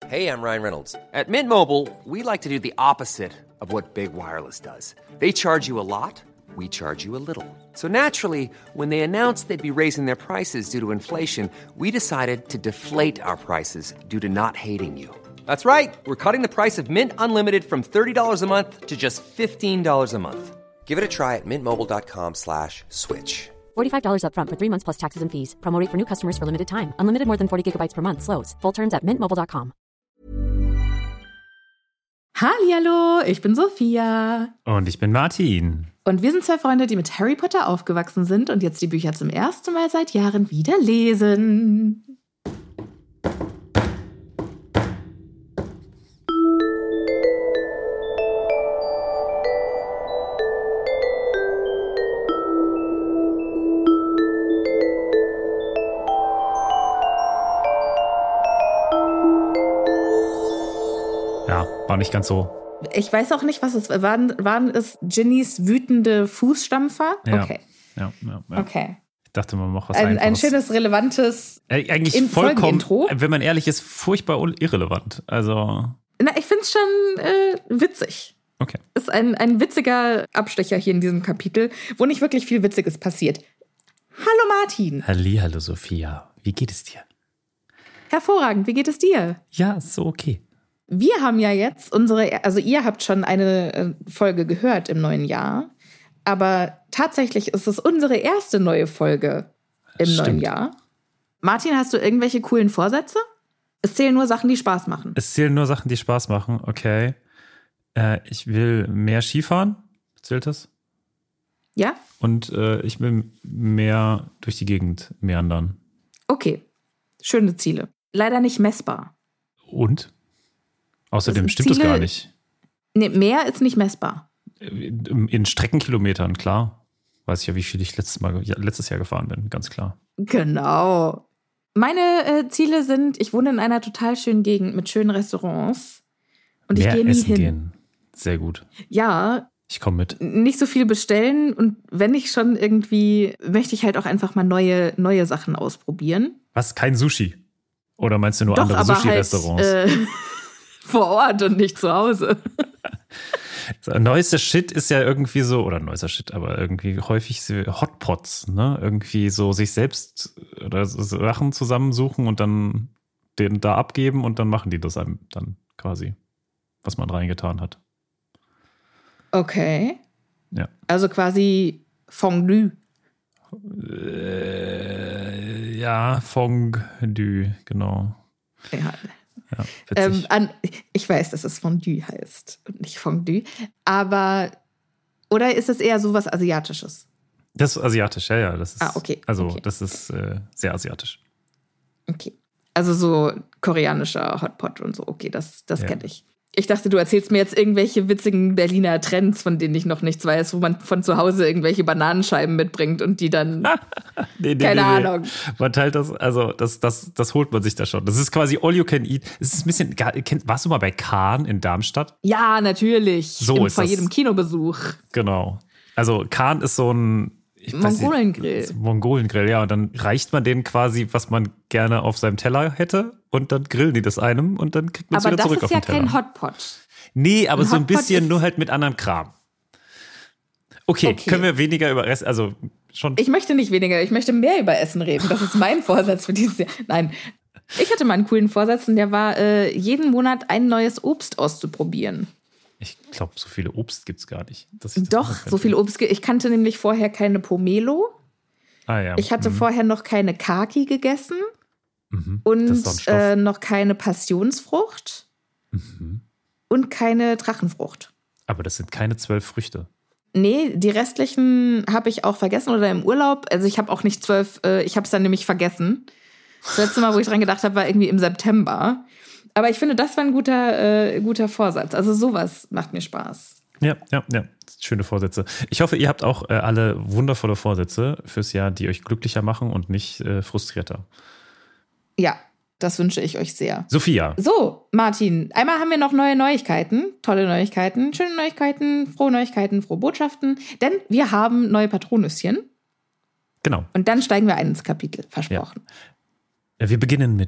Hey, I'm Ryan Reynolds. At Mint Mobile, we like to do the opposite of what Big Wireless does. They charge you a lot, we charge you a little. So naturally, when they announced they'd be raising their prices due to inflation, we decided to deflate our prices due to not hating you. That's right. We're cutting the price of Mint Unlimited from $30 a month to just $15 a month. Give it a try at mintmobile.com/switch. $45 up front for 3 months plus taxes and fees. Promo rate for new customers for limited time. Unlimited more than 40 gigabytes per month. Slows full terms at mintmobile.com. Hallihallo, ich bin Sophia. Und ich bin Martin. Und wir sind zwei Freunde, die mit Harry Potter aufgewachsen sind und jetzt die Bücher zum ersten Mal seit Jahren wieder lesen. Ja, war nicht ganz so. Ich weiß auch nicht, was es waren es Ginnys wütende Fußstampfer? Ja. Okay. Ja. Okay. Ich dachte, man macht was Ein Einfaches. schönes, relevantes eigentlich vollkommen, Folgenintro. wenn man ehrlich ist, furchtbar irrelevant. Also, Na, ich finde es schon witzig. okay. Ist ein witziger Abstecher hier in diesem Kapitel, wo nicht wirklich viel Witziges passiert. Hallo Martin. Hallihallo Sophia, wie geht es dir? Hervorragend, wie geht es dir? Ja, ist so okay. Wir haben ja jetzt ihr habt schon eine Folge gehört im neuen Jahr, aber tatsächlich ist es unsere erste neue Folge im neuen Jahr. Martin, hast du irgendwelche coolen Vorsätze? Es zählen nur Sachen, die Spaß machen. Es zählen nur Sachen, die Spaß machen, okay. Ich will mehr Skifahren, zählt das? Ja? Und ich will mehr durch die Gegend meandern. Okay, schöne Ziele. Leider nicht messbar. Und? Außerdem Das sind stimmt das Ziele- gar nicht. Nee, mehr ist nicht messbar. In Streckenkilometern, klar. Weiß ich ja, wie viel ich letztes Jahr gefahren bin, ganz klar. Genau. Meine Ziele sind, ich wohne in einer total schönen Gegend mit schönen Restaurants. Und ich Mehr gehe nie essen hin. gehen. Sehr gut. Ja, Ich komme mit. nicht so viel bestellen. Und wenn ich schon irgendwie, möchte ich halt auch einfach mal neue Sachen ausprobieren. Was? Kein Sushi? Oder meinst du nur andere aber Sushi-Restaurants? halt vor Ort und nicht zu Hause. Neuester Shit ist ja irgendwie so, oder neuester Shit, aber irgendwie häufig so Hotpots, ne? Irgendwie so sich selbst oder so Sachen zusammensuchen und dann den da abgeben und dann machen die das einem dann quasi, was man reingetan hat. Okay. Ja. Also quasi Fondue. Ja, Fondue, genau. Ja. Ja, witzig. Ich weiß, dass es Fondue heißt und nicht Fondue. Aber, oder ist es eher sowas Asiatisches? Das ist asiatisch, ja. Das ist, okay. Also, Okay. das ist sehr asiatisch. Okay. Also so koreanischer Hotpot und so. Okay, das Ja. kenne ich. Ich dachte, du erzählst mir jetzt irgendwelche witzigen Berliner Trends, von denen ich noch nichts weiß, wo man von zu Hause irgendwelche Bananenscheiben mitbringt und die dann, keine Ahnung. Man teilt das, also das holt man sich da schon. Das ist quasi all you can eat. Es ist ein bisschen, warst du mal bei Kahn in Darmstadt? Ja, natürlich. So ist vor das. jedem Kinobesuch. Genau. Also Kahn ist so ein Mongolengrill. Mongolengrill, ja. Und dann reicht man denen quasi, was man gerne auf seinem Teller hätte. Und dann grillen die das einem und dann kriegt man es Aber wieder das zurück auf ist ja den Teller. kein Hotpot. Nee, aber Ein so ein Hotpot bisschen, ist- nur halt mit anderem Kram. Okay, können wir weniger über Rest, also schon. Ich möchte nicht weniger, ich möchte mehr über Essen reden. Das ist mein Vorsatz für dieses Jahr. Nein, ich hatte mal einen coolen Vorsatz und der war, jeden Monat ein neues Obst auszuprobieren. Ich glaube, so viele Obst gibt es gar nicht. dass ich das Doch, machen könnte. so viel Obst. Ich kannte nämlich vorher keine Pomelo. Ah, ja. Ich hatte vorher noch keine Kaki gegessen Das ist und so ein Stoff. noch keine Passionsfrucht und keine Drachenfrucht. Aber das sind keine 12 Früchte. Nee, die restlichen habe ich auch vergessen oder im Urlaub. Also ich habe auch nicht 12, ich habe es dann nämlich vergessen. Das letzte Mal, wo ich dran gedacht habe, war irgendwie im September. Aber ich finde, das war ein guter Vorsatz. Also sowas macht mir Spaß. Ja. Schöne Vorsätze. Ich hoffe, ihr habt auch alle wundervolle Vorsätze fürs Jahr, die euch glücklicher machen und nicht frustrierter. Ja, das wünsche ich euch sehr. Sophia. So, Martin, einmal haben wir noch neue Neuigkeiten, tolle Neuigkeiten, schöne Neuigkeiten, frohe Botschaften, denn wir haben neue Patronüschen Genau. und dann steigen wir ein ins Kapitel, versprochen. Wir beginnen mit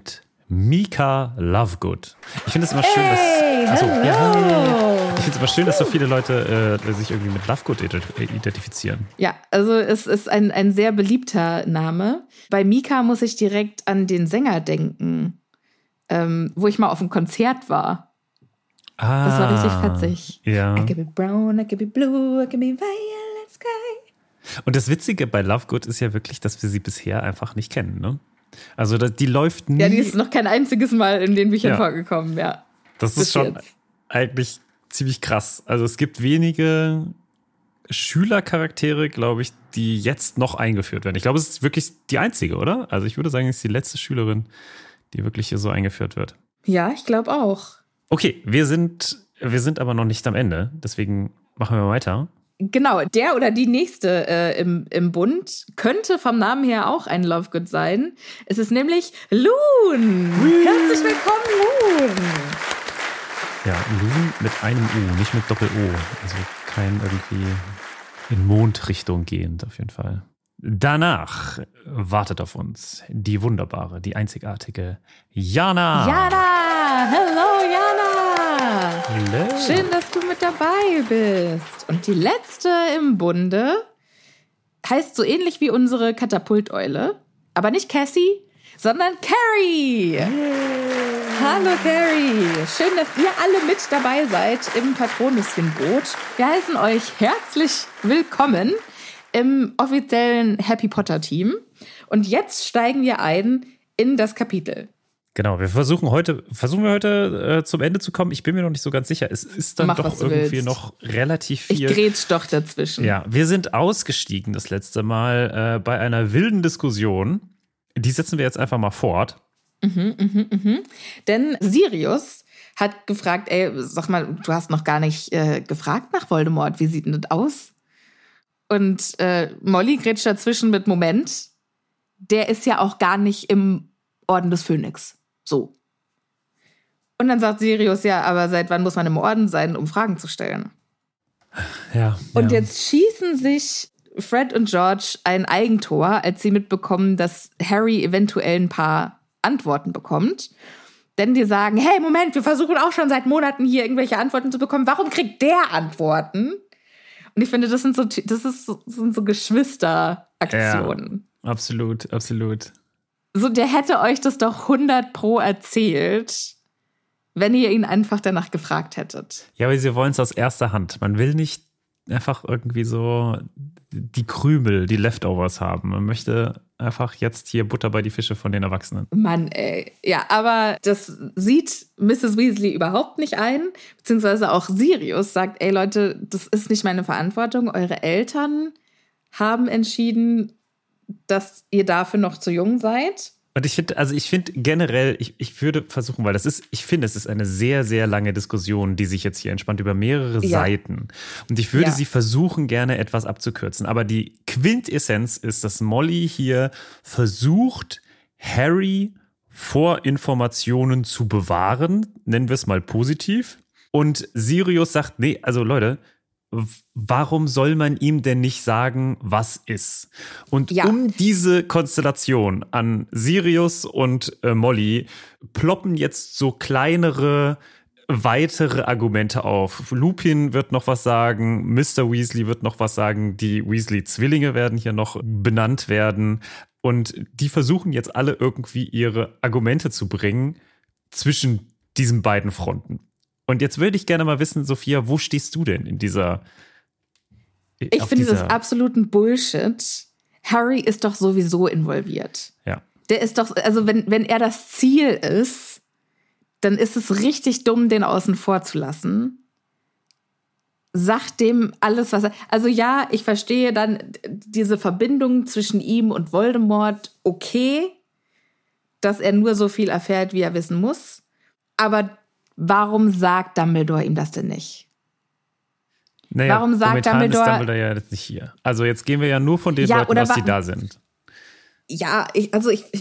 Mika Lovegood. Ich finde es immer schön, dass. Ich finde es immer schön, dass so viele Leute sich irgendwie mit Lovegood identifizieren. Ja, also es ist ein sehr beliebter Name. Bei Mika muss ich direkt an den Sänger denken, wo ich mal auf einem Konzert war. Das war richtig fetzig. Ja. I can be brown, I can be blue, I can be violet sky. Und das Witzige bei Lovegood ist ja wirklich, dass wir sie bisher einfach nicht kennen, ne? Also die läuft nie. Ja, die ist noch kein einziges Mal in den Büchern vorgekommen, ja. Das ist schon eigentlich ziemlich krass. Also es gibt wenige Schülercharaktere, glaube ich, die jetzt noch eingeführt werden. Ich glaube, es ist wirklich die einzige, oder? Also ich würde sagen, es ist die letzte Schülerin, die wirklich hier so eingeführt wird. Ja, ich glaube auch. Okay, wir sind aber noch nicht am Ende. Deswegen machen wir weiter. Genau, der oder die nächste im Bund könnte vom Namen her auch ein Lovegood sein. Es ist nämlich Loon. Herzlich willkommen, Loon. Ja, Loon mit einem U, nicht mit Doppel-O. Also kein irgendwie in Mondrichtung gehend auf jeden Fall. Danach wartet auf uns die wunderbare, die einzigartige Jana. Jana! Hello, Jana! Hello. Schön, dass du mit dabei bist. Und die letzte im Bunde heißt so ähnlich wie unsere Katapulteule, aber nicht Cassie, sondern Carrie. Hallo Carrie. Schön, dass ihr alle mit dabei seid im Patronüschenboot. Wir heißen euch herzlich willkommen im offiziellen Happy Potter Team. Und jetzt steigen wir ein in das Kapitel. Genau, wir versuchen heute zum Ende zu kommen. Ich bin mir noch nicht so ganz sicher. Es ist dann doch irgendwie noch relativ viel. Ich grätsch doch dazwischen. Ja, wir sind ausgestiegen das letzte Mal bei einer wilden Diskussion. Die setzen wir jetzt einfach mal fort. Denn Sirius hat gefragt, sag mal, du hast noch gar nicht gefragt nach Voldemort. Wie sieht denn das aus? Und Molly grätscht dazwischen mit Moment. Der ist ja auch gar nicht im Orden des Phönix. So. Und dann sagt Sirius, ja, aber seit wann muss man im Orden sein, um Fragen zu stellen? Ja. Und jetzt schießen sich Fred und George ein Eigentor, als sie mitbekommen, dass Harry eventuell ein paar Antworten bekommt. Denn die sagen, hey, Moment, wir versuchen auch schon seit Monaten hier irgendwelche Antworten zu bekommen. Warum kriegt der Antworten? Und ich finde, das sind so Geschwisteraktionen. Ja, absolut, absolut. So, der hätte euch das doch 100% erzählt, wenn ihr ihn einfach danach gefragt hättet. Ja, aber sie wollen es aus erster Hand. Man will nicht einfach irgendwie so die Krümel, die Leftovers haben. Man möchte einfach jetzt hier Butter bei die Fische von den Erwachsenen. Mann, ey. Ja, aber das sieht Mrs. Weasley überhaupt nicht ein. Beziehungsweise auch Sirius sagt, ey Leute, das ist nicht meine Verantwortung. Eure Eltern haben entschieden, dass ihr dafür noch zu jung seid. Und ich finde generell, ich würde versuchen, weil ich finde, es ist eine sehr, sehr lange Diskussion, die sich jetzt hier entspannt über mehrere Seiten. Und ich würde sie versuchen, gerne etwas abzukürzen. Aber die Quintessenz ist, dass Molly hier versucht, Harry vor Informationen zu bewahren, nennen wir es mal positiv. Und Sirius sagt, nee, also Leute, warum soll man ihm denn nicht sagen, was ist? Und um diese Konstellation an Sirius und Molly ploppen jetzt so kleinere, weitere Argumente auf. Lupin wird noch was sagen, Mr. Weasley wird noch was sagen, die Weasley-Zwillinge werden hier noch benannt werden. Und die versuchen jetzt alle irgendwie ihre Argumente zu bringen zwischen diesen beiden Fronten. Und jetzt würde ich gerne mal wissen, Sophia, wo stehst du denn in dieser... Ich finde das absoluten Bullshit. Harry ist doch sowieso involviert. Ja. Der ist doch, also wenn er das Ziel ist, dann ist es richtig dumm, den außen vor zu lassen. Sagt dem alles, was er... Also ja, ich verstehe dann diese Verbindung zwischen ihm und Voldemort, okay, dass er nur so viel erfährt, wie er wissen muss. Aber warum sagt Dumbledore ihm das denn nicht? Naja, warum sagt Dumbledore... ist Dumbledore ja nicht hier. Also jetzt gehen wir ja nur von den Leuten aus, die da sind. Ja, ich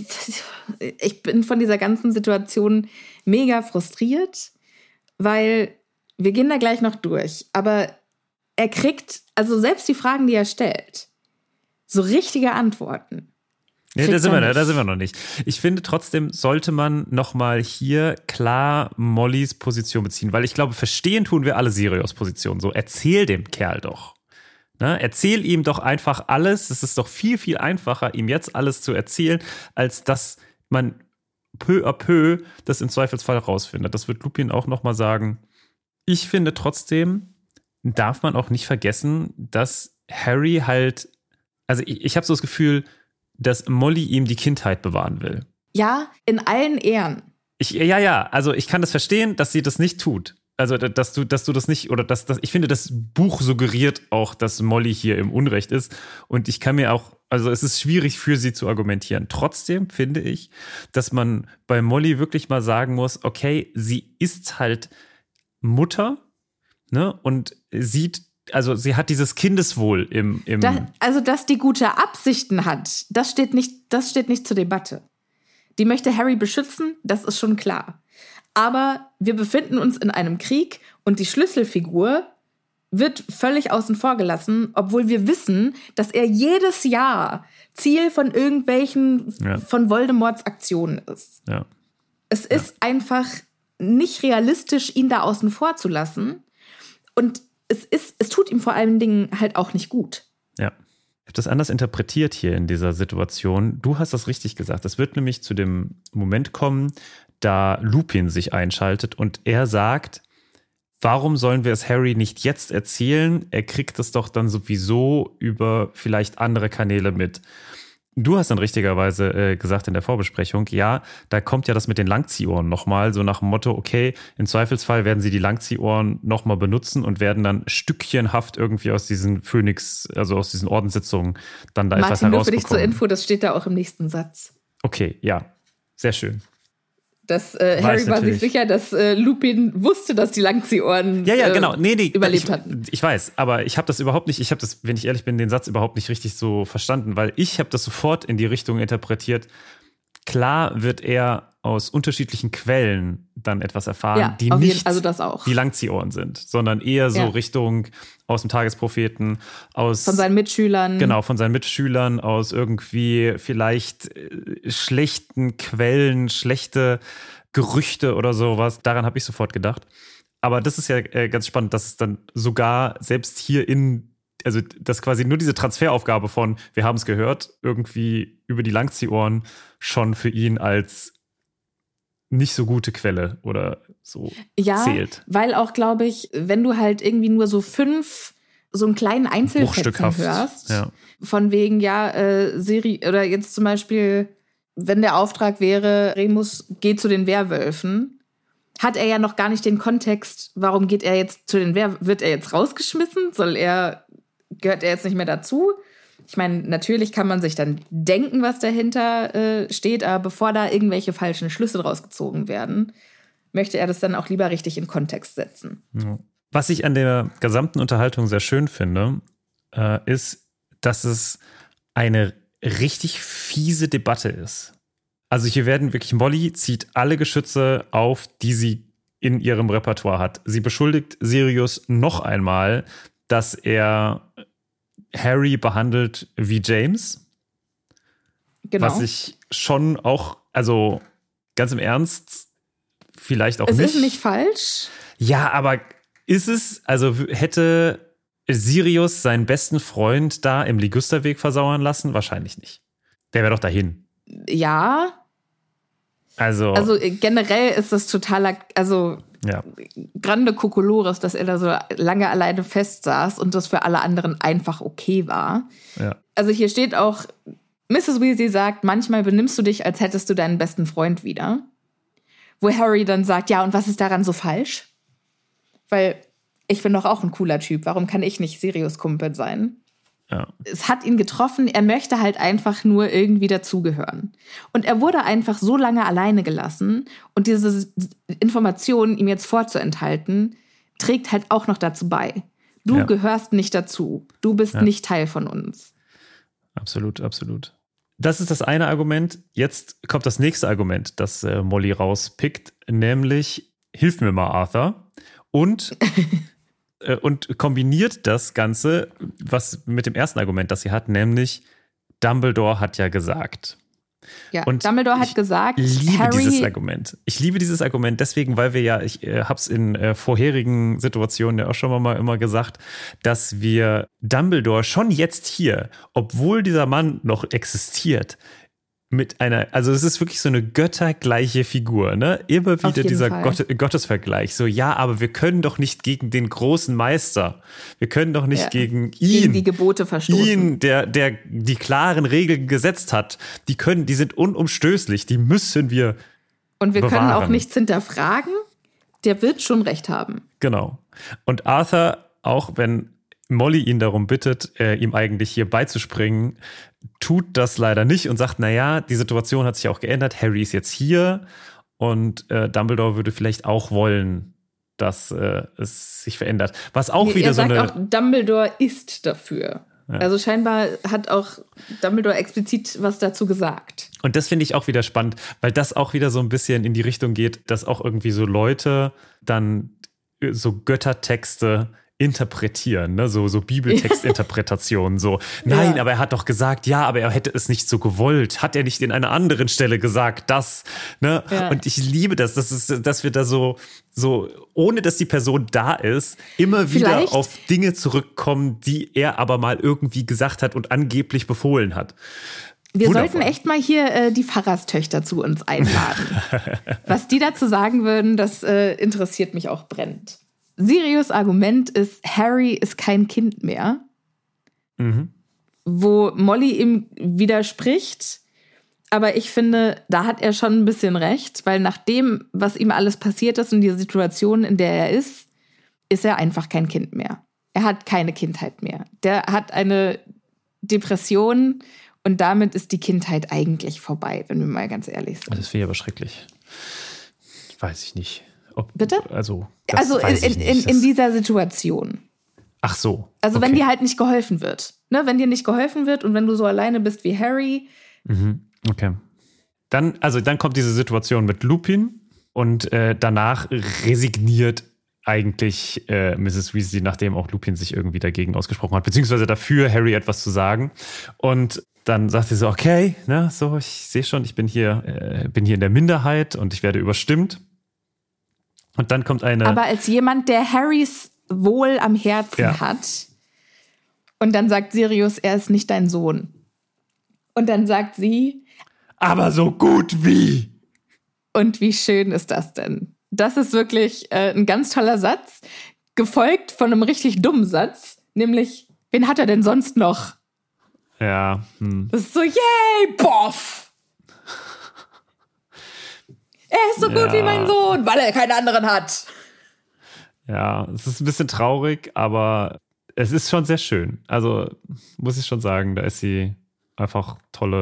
bin von dieser ganzen Situation mega frustriert, weil wir gehen da gleich noch durch. Aber er kriegt, also selbst die Fragen, die er stellt, so richtige Antworten. Nee, da sind wir noch nicht. Ich finde trotzdem, sollte man nochmal hier klar Mollys Position beziehen, weil ich glaube, verstehen tun wir alle Sirius Position. So, erzähl dem Kerl doch. Ne? Erzähl ihm doch einfach alles. Es ist doch viel, viel einfacher, ihm jetzt alles zu erzählen, als dass man peu à peu das im Zweifelsfall rausfindet. Das wird Lupin auch nochmal sagen. Ich finde trotzdem, darf man auch nicht vergessen, dass Harry halt, also ich habe so das Gefühl, dass Molly ihm die Kindheit bewahren will. Ja, in allen Ehren. Also ich kann das verstehen, dass sie das nicht tut. Also, dass du das nicht, oder ich finde, das Buch suggeriert auch, dass Molly hier im Unrecht ist. Und ich kann mir auch, also es ist schwierig für sie zu argumentieren. Trotzdem finde ich, dass man bei Molly wirklich mal sagen muss, okay, sie ist halt Mutter, ne, und sie hat dieses Kindeswohl im dass die gute Absichten hat, das steht nicht zur Debatte. Die möchte Harry beschützen, das ist schon klar. Aber wir befinden uns in einem Krieg und die Schlüsselfigur wird völlig außen vor gelassen, obwohl wir wissen, dass er jedes Jahr Ziel von irgendwelchen von Voldemorts Aktionen ist. Ja. Es ist einfach nicht realistisch, ihn da außen vor zu lassen. Und es tut ihm vor allen Dingen halt auch nicht gut. Ja. Ich habe das anders interpretiert hier in dieser Situation. Du hast das richtig gesagt. Es wird nämlich zu dem Moment kommen, da Lupin sich einschaltet und er sagt, warum sollen wir es Harry nicht jetzt erzählen? Er kriegt es doch dann sowieso über vielleicht andere Kanäle mit. Du hast dann richtigerweise gesagt in der Vorbesprechung, ja, da kommt ja das mit den Langziehohren nochmal, so nach dem Motto, okay, im Zweifelsfall werden sie die Langziehohren nochmal benutzen und werden dann stückchenhaft irgendwie aus diesen aus diesen Ordenssitzungen dann da etwas herausbekommen. Nur für dich zur Info, das steht da auch im nächsten Satz. Okay, ja, sehr schön. Harry war sich sicher, dass Lupin wusste, dass die Langziehohren genau. überlebt hatten. Ich weiß, aber ich habe das überhaupt nicht, wenn ich ehrlich bin, den Satz überhaupt nicht richtig so verstanden, weil ich habe das sofort in die Richtung interpretiert. Klar wird er aus unterschiedlichen Quellen dann etwas erfahren, die nicht die Langziehohren sind, sondern eher so Richtung aus dem Tagespropheten, von seinen Mitschülern. Genau, von seinen Mitschülern, aus irgendwie vielleicht schlechten Quellen, schlechte Gerüchte oder sowas. Daran habe ich sofort gedacht. Aber das ist ja ganz spannend, dass es dann sogar selbst hier also dass quasi nur diese Transferaufgabe von, wir haben es gehört, irgendwie über die Langziehohren schon für ihn als nicht so gute Quelle oder so zählt. Weil auch, glaube ich, wenn du halt irgendwie nur so 5 so einen kleinen Einzelfetzen hörst, von wegen, Siri, oder jetzt zum Beispiel, wenn der Auftrag wäre, Remus geht zu den Werwölfen, hat er ja noch gar nicht den Kontext, warum geht er jetzt zu den Werwölfen, wird er jetzt rausgeschmissen, gehört er jetzt nicht mehr dazu? Ich meine, natürlich kann man sich dann denken, was dahinter steht, aber bevor da irgendwelche falschen Schlüsse draus gezogen werden, möchte er das dann auch lieber richtig in Kontext setzen. Ja. Was ich an der gesamten Unterhaltung sehr schön finde, ist, dass es eine richtig fiese Debatte ist. Also hier werden wirklich, Molly zieht alle Geschütze auf, die sie in ihrem Repertoire hat. Sie beschuldigt Sirius noch einmal, dass er Harry behandelt wie James. Genau. Was ich schon auch, also ganz im Ernst, vielleicht auch nicht. Es ist nicht falsch. Ja, aber ist es, also hätte Sirius seinen besten Freund da im Ligusterweg versauern lassen? Wahrscheinlich nicht. Der wäre doch dahin. Ja. Also generell ist das totaler, Grande Kokolores, dass er da so lange alleine festsaß und das für alle anderen einfach okay war. Ja. Also hier steht auch, Mrs. Weasley sagt, manchmal benimmst du dich, als hättest du deinen besten Freund wieder. Wo Harry dann sagt, ja, und was ist daran so falsch? Weil ich bin doch auch ein cooler Typ, warum kann ich nicht Sirius Kumpel sein? Ja. Es hat ihn getroffen, er möchte halt einfach nur irgendwie dazugehören. Und er wurde einfach so lange alleine gelassen und diese Informationen ihm jetzt vorzuenthalten, trägt halt auch noch dazu bei. Du gehörst nicht dazu. Du bist nicht Teil von uns. Absolut, absolut. Das ist das eine Argument. Jetzt kommt das nächste Argument, das Molly rauspickt, nämlich, hilf mir mal, Arthur. Und kombiniert das Ganze, was mit dem ersten Argument, das sie hat, nämlich Dumbledore hat ja gesagt. Ja, Und Dumbledore hat gesagt, ich liebe Harry, dieses Argument. Ich liebe dieses Argument deswegen, weil wir ja, ich habe es in vorherigen Situationen ja auch schon mal immer gesagt, dass wir Dumbledore schon jetzt hier, obwohl dieser Mann noch existiert, mit einer, also es ist wirklich so eine göttergleiche Figur, ne? Immer wieder dieser Gottesvergleich. So, ja, aber wir können doch nicht gegen den großen Meister. Wir können doch nicht gegen ihn. Gegen die Gebote verstoßen. Ihn, der die klaren Regeln gesetzt hat. Die sind unumstößlich. Die müssen wir Und wir bewahren. können auch nichts hinterfragen. Der wird schon recht haben. Genau. Und Arthur, auch wenn Molly ihn darum bittet, ihm eigentlich hier beizuspringen, tut das leider nicht und sagt, naja, die Situation hat sich auch geändert, Harry ist jetzt hier und Dumbledore würde vielleicht auch wollen, dass es sich verändert. Was auch wieder so eine... Er sagt auch, Dumbledore ist dafür. Ja. Also scheinbar hat auch Dumbledore explizit was dazu gesagt. Und das finde ich auch wieder spannend, weil das auch wieder so ein bisschen in die Richtung geht, dass auch irgendwie so Leute dann so Göttertexte interpretieren, ne? So Bibeltextinterpretationen, so, nein, aber er hat doch gesagt, ja, aber er hätte es nicht so gewollt. Hat er nicht in einer anderen Stelle gesagt, das, ne? Ja. Und ich liebe das, dass wir da so, ohne dass die Person da ist, immer wieder auf Dinge zurückkommen, die er aber mal irgendwie gesagt hat und angeblich befohlen hat. Wir sollten echt mal hier die Pfarrerstöchter zu uns einladen. Was die dazu sagen würden, das interessiert mich auch brennend. Sirius' Argument ist, Harry ist kein Kind mehr. Mhm. Wo Molly ihm widerspricht. Aber ich finde, da hat er schon ein bisschen recht, weil nach dem, was ihm alles passiert ist und die Situation, in der er ist er einfach kein Kind mehr. Er hat keine Kindheit mehr. Der hat eine Depression und damit ist die Kindheit eigentlich vorbei, wenn wir mal ganz ehrlich sind. Das wäre aber schrecklich. Weiß ich nicht. Bitte? Also in dieser Situation. Ach so. Also wenn dir halt nicht geholfen wird. Ne? Wenn dir nicht geholfen wird und wenn du so alleine bist wie Harry. Mhm. Okay. Dann kommt diese Situation mit Lupin und danach resigniert eigentlich Mrs. Weasley, nachdem auch Lupin sich irgendwie dagegen ausgesprochen hat, beziehungsweise dafür, Harry etwas zu sagen. Und dann sagt sie so, okay, ne, so, ich sehe schon, ich bin hier in der Minderheit und ich werde überstimmt. Und dann kommt Aber als jemand, der Harrys Wohl am Herzen hat, und dann sagt Sirius, er ist nicht dein Sohn. Und dann sagt sie, aber so gut wie. Und wie schön ist das denn? Das ist wirklich ein ganz toller Satz, gefolgt von einem richtig dummen Satz, nämlich, wen hat er denn sonst noch? Ja. Das ist so, yay, boff! Er ist so gut wie mein Sohn, weil er keinen anderen hat. Ja, es ist ein bisschen traurig, aber es ist schon sehr schön. Also muss ich schon sagen, da ist sie einfach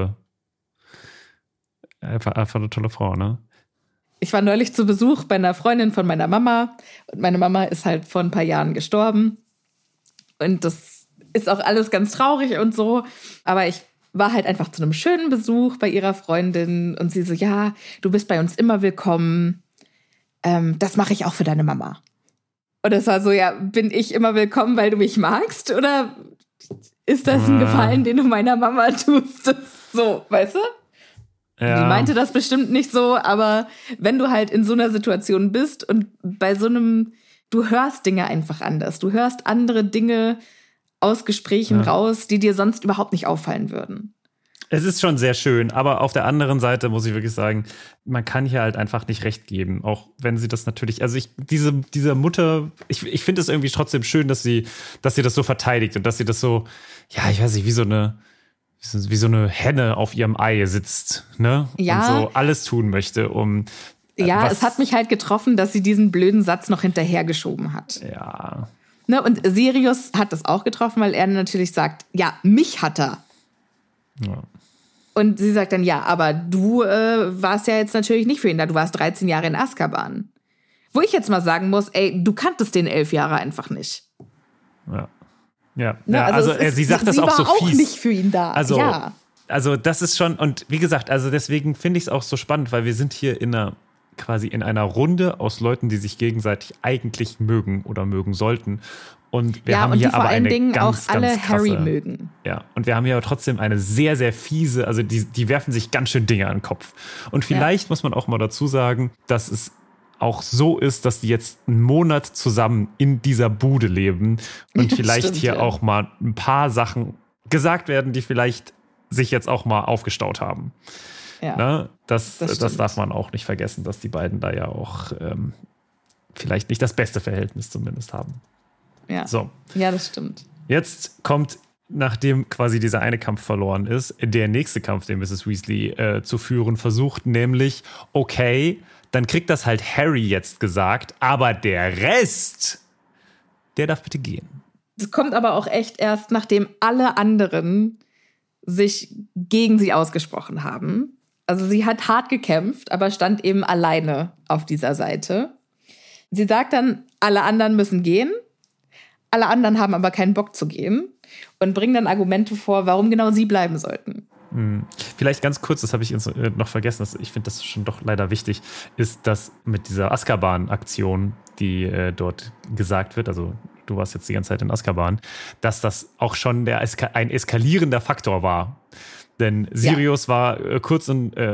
einfach eine tolle Frau, ne? Ich war neulich zu Besuch bei einer Freundin von meiner Mama und meine Mama ist halt vor ein paar Jahren gestorben. Und das ist auch alles ganz traurig und so, aber ich war halt einfach zu einem schönen Besuch bei ihrer Freundin und sie so, ja, du bist bei uns immer willkommen. Das mache ich auch für deine Mama. Und das war so, ja, bin ich immer willkommen, weil du mich magst? Oder ist das ein Gefallen, den du meiner Mama tust? So, weißt du? Ja. Die meinte das bestimmt nicht so, aber wenn du halt in so einer Situation bist und bei so einem, du hörst Dinge einfach anders. Du hörst andere Dinge aus Gesprächen raus, die dir sonst überhaupt nicht auffallen würden. Es ist schon sehr schön, aber auf der anderen Seite muss ich wirklich sagen, man kann hier halt einfach nicht recht geben, auch wenn sie das natürlich, also diese Mutter, ich finde es irgendwie trotzdem schön, dass sie das so verteidigt und dass sie das so, ja, ich weiß nicht, wie so eine Henne auf ihrem Ei sitzt, ne? Ja. Und so alles tun möchte, um es hat mich halt getroffen, dass sie diesen blöden Satz noch hinterhergeschoben hat. Ja. Ne, und Sirius hat das auch getroffen, weil er natürlich sagt, ja, mich hat er. Ja. Und sie sagt dann, ja, aber du warst ja jetzt natürlich nicht für ihn da. Du warst 13 Jahre in Azkaban. Wo ich jetzt mal sagen muss, ey, du kanntest den 11 Jahre einfach nicht. Ja. Ja, ne, also sie sagt das auch so fies. Sie war auch nicht für ihn da, Also das ist schon, und wie gesagt, also deswegen finde ich es auch so spannend, weil wir sind hier in einer quasi in einer Runde aus Leuten, die sich gegenseitig eigentlich mögen oder mögen sollten. Und wir haben hier aber eine ganz, auch alle ganz krasse, Harry mögen. Ja, und wir haben hier aber trotzdem eine sehr, sehr fiese, also die werfen sich ganz schön Dinge an den Kopf. Und vielleicht muss man auch mal dazu sagen, dass es auch so ist, dass die jetzt einen Monat zusammen in dieser Bude leben und vielleicht stimmt, hier auch mal ein paar Sachen gesagt werden, die vielleicht sich jetzt auch mal aufgestaut haben. Ja, Ne? Das darf man auch nicht vergessen, dass die beiden da ja auch vielleicht nicht das beste Verhältnis zumindest haben. Ja. So. Ja, das stimmt. Jetzt kommt, nachdem quasi dieser eine Kampf verloren ist, der nächste Kampf, den Mrs. Weasley zu führen versucht, nämlich, okay, dann kriegt das halt Harry jetzt gesagt, aber der Rest, der darf bitte gehen. Das kommt aber auch echt erst, nachdem alle anderen sich gegen sie ausgesprochen haben. Also sie hat hart gekämpft, aber stand eben alleine auf dieser Seite. Sie sagt dann, alle anderen müssen gehen. Alle anderen haben aber keinen Bock zu gehen und bringen dann Argumente vor, warum genau sie bleiben sollten. Vielleicht ganz kurz, das habe ich noch vergessen, ich finde das schon doch leider wichtig, ist, dass mit dieser Azkaban-Aktion, die dort gesagt wird, also du warst jetzt die ganze Zeit in Azkaban, dass das auch schon ein eskalierender Faktor war. Denn Sirius war kurz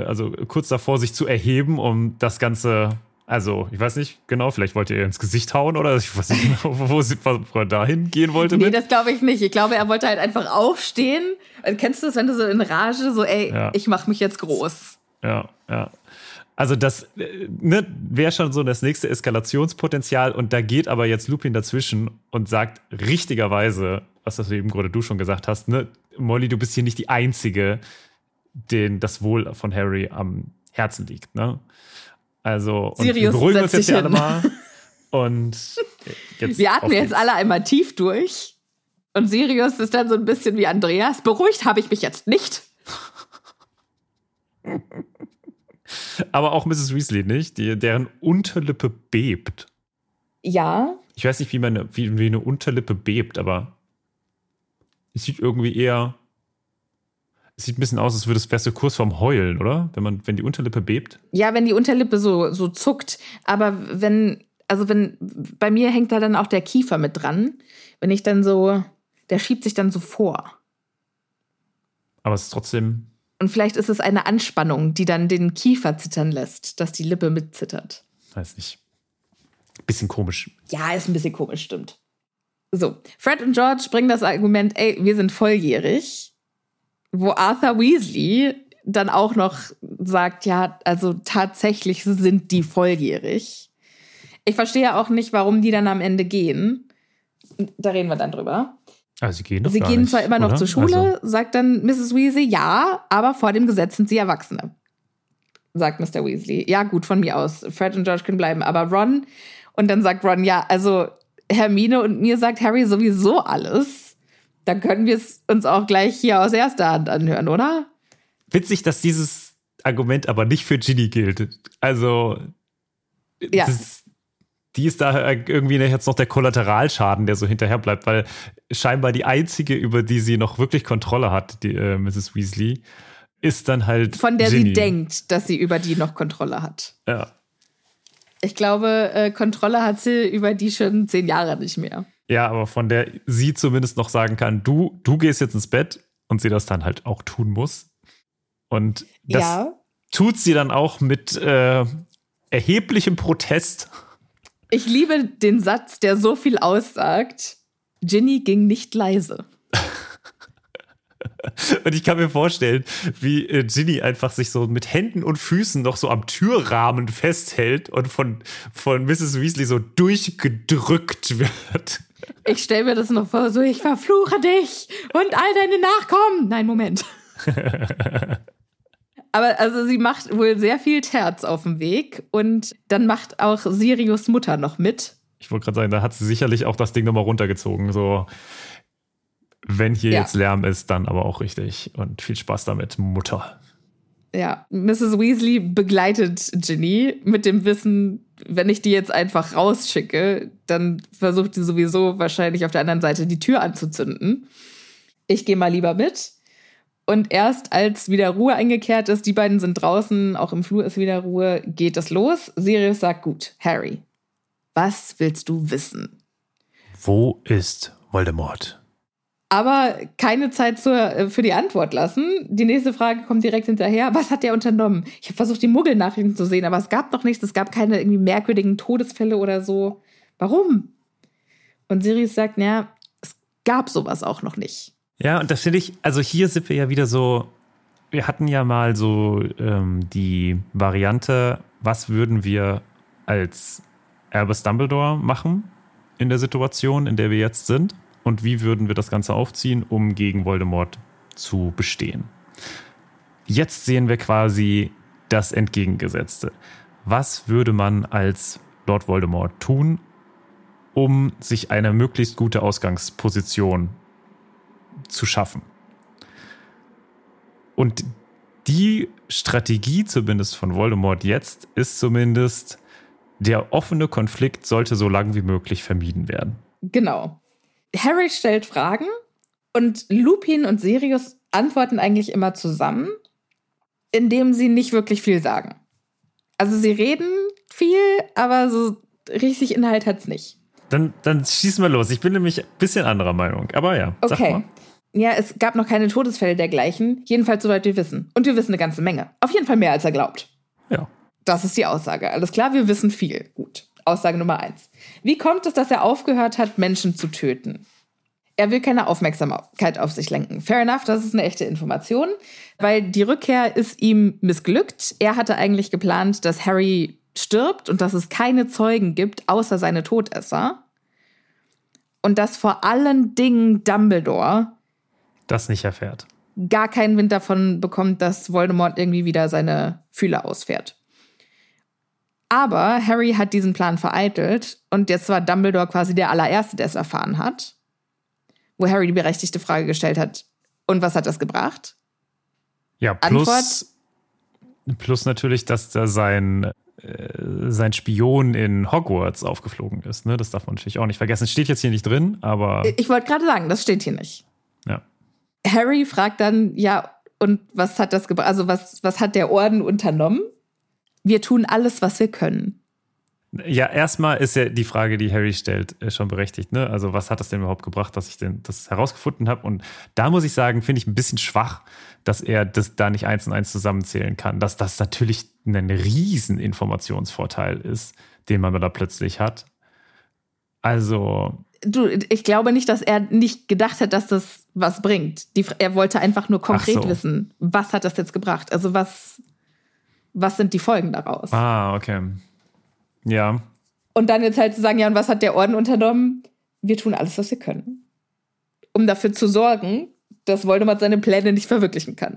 davor, sich zu erheben, um das Ganze, also ich weiß nicht genau, vielleicht wollte er ins Gesicht hauen oder ich weiß nicht genau, wo er dahin gehen wollte. Nee, das glaube ich nicht. Ich glaube, er wollte halt einfach aufstehen. Kennst du das, wenn du so in Rage so, ich mache mich jetzt groß. Ja. Also das wäre schon so das nächste Eskalationspotenzial und da geht aber jetzt Lupin dazwischen und sagt richtigerweise, was das eben gerade du schon gesagt hast, ne, Molly, du bist hier nicht die Einzige, denen das Wohl von Harry am Herzen liegt, ne? Also, und Sirius, wir beruhigen uns jetzt hier alle mal. Und jetzt wir atmen jetzt alle einmal tief durch. Und Sirius ist dann so ein bisschen wie Andreas. Beruhigt habe ich mich jetzt nicht. Aber auch Mrs. Weasley nicht, deren Unterlippe bebt. Ja. Ich weiß nicht, wie eine Unterlippe bebt, aber es sieht irgendwie eher. Es sieht ein bisschen aus, als wärst du kurz vorm Heulen, oder? Wenn die Unterlippe bebt. Ja, wenn die Unterlippe so zuckt. Aber bei mir hängt da dann auch der Kiefer mit dran. Wenn ich dann so, der schiebt sich dann so vor. Aber es ist trotzdem. Und vielleicht ist es eine Anspannung, die dann den Kiefer zittern lässt, dass die Lippe mitzittert. Weiß nicht. Bisschen komisch. Ja, ist ein bisschen komisch, stimmt. So, Fred und George bringen das Argument, wir sind volljährig. Wo Arthur Weasley dann auch noch sagt, ja, also tatsächlich sind die volljährig. Ich verstehe auch nicht, warum die dann am Ende gehen. Da reden wir dann drüber. Also sie gehen doch Sie gar gehen nicht, zwar immer noch oder? zur Schule, sagt dann Mrs. Weasley, ja, aber vor dem Gesetz sind sie Erwachsene. Sagt Mr. Weasley. Ja, gut, von mir aus. Fred und George können bleiben, aber Ron, und dann sagt Ron, ja, also Hermine und mir sagt Harry sowieso alles. Dann können wir es uns auch gleich hier aus erster Hand anhören, oder? Witzig, dass dieses Argument aber nicht für Ginny gilt. Also, ja. Die ist da irgendwie jetzt noch der Kollateralschaden, der so hinterher bleibt, weil scheinbar die einzige, über die sie noch wirklich Kontrolle hat, die Mrs. Weasley, ist dann halt von der Ginny. Sie denkt, dass sie über die noch Kontrolle hat. Ja. Ich glaube, Kontrolle hat sie über die schon 10 Jahre nicht mehr. Ja, aber von der sie zumindest noch sagen kann, du gehst jetzt ins Bett und sie das dann halt auch tun muss. Und das tut sie dann auch mit erheblichem Protest. Ich liebe den Satz, der so viel aussagt. Ginny ging nicht leise. Und ich kann mir vorstellen, wie Ginny einfach sich so mit Händen und Füßen noch so am Türrahmen festhält und von Mrs. Weasley so durchgedrückt wird. Ich stelle mir das noch vor, so, ich verfluche dich und all deine Nachkommen. Nein, Moment. Aber also sie macht wohl sehr viel Terz auf dem Weg und dann macht auch Sirius Mutter noch mit. Ich wollte gerade sagen, da hat sie sicherlich auch das Ding nochmal runtergezogen, so wenn hier jetzt Lärm ist, dann aber auch richtig und viel Spaß damit, Mutter. Ja, Mrs. Weasley begleitet Ginny mit dem Wissen, wenn ich die jetzt einfach rausschicke, dann versucht sie sowieso wahrscheinlich auf der anderen Seite die Tür anzuzünden. Ich gehe mal lieber mit. Und erst als wieder Ruhe eingekehrt ist, die beiden sind draußen, auch im Flur ist wieder Ruhe, geht es los. Sirius sagt, gut, Harry, was willst du wissen? Wo ist Voldemort? Aber keine Zeit für die Antwort lassen. Die nächste Frage kommt direkt hinterher. Was hat der unternommen? Ich habe versucht, die Muggelnachrichten zu sehen, aber es gab noch nichts. Es gab keine irgendwie merkwürdigen Todesfälle oder so. Warum? Und Sirius sagt, ja, es gab sowas auch noch nicht. Ja, und das finde ich, also hier sind wir ja wieder so, wir hatten ja mal so die Variante, was würden wir als Albus Dumbledore machen in der Situation, in der wir jetzt sind? Und wie würden wir das Ganze aufziehen, um gegen Voldemort zu bestehen? Jetzt sehen wir quasi das Entgegengesetzte. Was würde man als Lord Voldemort tun, um sich eine möglichst gute Ausgangsposition zu schaffen? Und die Strategie zumindest von Voldemort jetzt ist zumindest, der offene Konflikt sollte so lang wie möglich vermieden werden. Genau. Harry stellt Fragen und Lupin und Sirius antworten eigentlich immer zusammen, indem sie nicht wirklich viel sagen. Also sie reden viel, aber so richtig Inhalt hat's nicht. Dann schießen wir los. Ich bin nämlich ein bisschen anderer Meinung. Aber ja, sag mal. Ja, es gab noch keine Todesfälle dergleichen. Jedenfalls soweit wir wissen. Und wir wissen eine ganze Menge. Auf jeden Fall mehr, als er glaubt. Ja. Das ist die Aussage. Alles klar, wir wissen viel. Gut. Aussage Nummer 1. Wie kommt es, dass er aufgehört hat, Menschen zu töten? Er will keine Aufmerksamkeit auf sich lenken. Fair enough, das ist eine echte Information, weil die Rückkehr ist ihm missglückt. Er hatte eigentlich geplant, dass Harry stirbt und dass es keine Zeugen gibt, außer seine Todesser. Und dass vor allen Dingen Dumbledore das nicht erfährt. Gar keinen Wind davon bekommt, dass Voldemort irgendwie wieder seine Fühler ausfährt. Aber Harry hat diesen Plan vereitelt und jetzt war Dumbledore quasi der allererste, der es erfahren hat. Wo Harry die berechtigte Frage gestellt hat, und was hat das gebracht? Ja, plus natürlich, dass da sein Spion in Hogwarts aufgeflogen ist. Ne? Das darf man natürlich auch nicht vergessen. Steht jetzt hier nicht drin, aber... Ich wollte gerade sagen, das steht hier nicht. Ja. Harry fragt dann, ja, und was hat das gebracht? Also was hat der Orden unternommen? Wir tun alles, was wir können. Ja, erstmal ist ja die Frage, die Harry stellt, schon berechtigt. Ne? Also was hat das denn überhaupt gebracht, dass ich das herausgefunden habe? Und da muss ich sagen, finde ich ein bisschen schwach, dass er das da nicht 1 und 1 zusammenzählen kann. Dass das natürlich ein riesen Informationsvorteil ist, den man da plötzlich hat. Also... Ich glaube nicht, dass er nicht gedacht hat, dass das was bringt. Er wollte einfach nur konkret wissen, was hat das jetzt gebracht? Also was sind die Folgen daraus? Ah, okay. Ja. Und dann jetzt halt zu sagen, ja, und was hat der Orden unternommen? Wir tun alles, was wir können, um dafür zu sorgen, dass Voldemort seine Pläne nicht verwirklichen kann.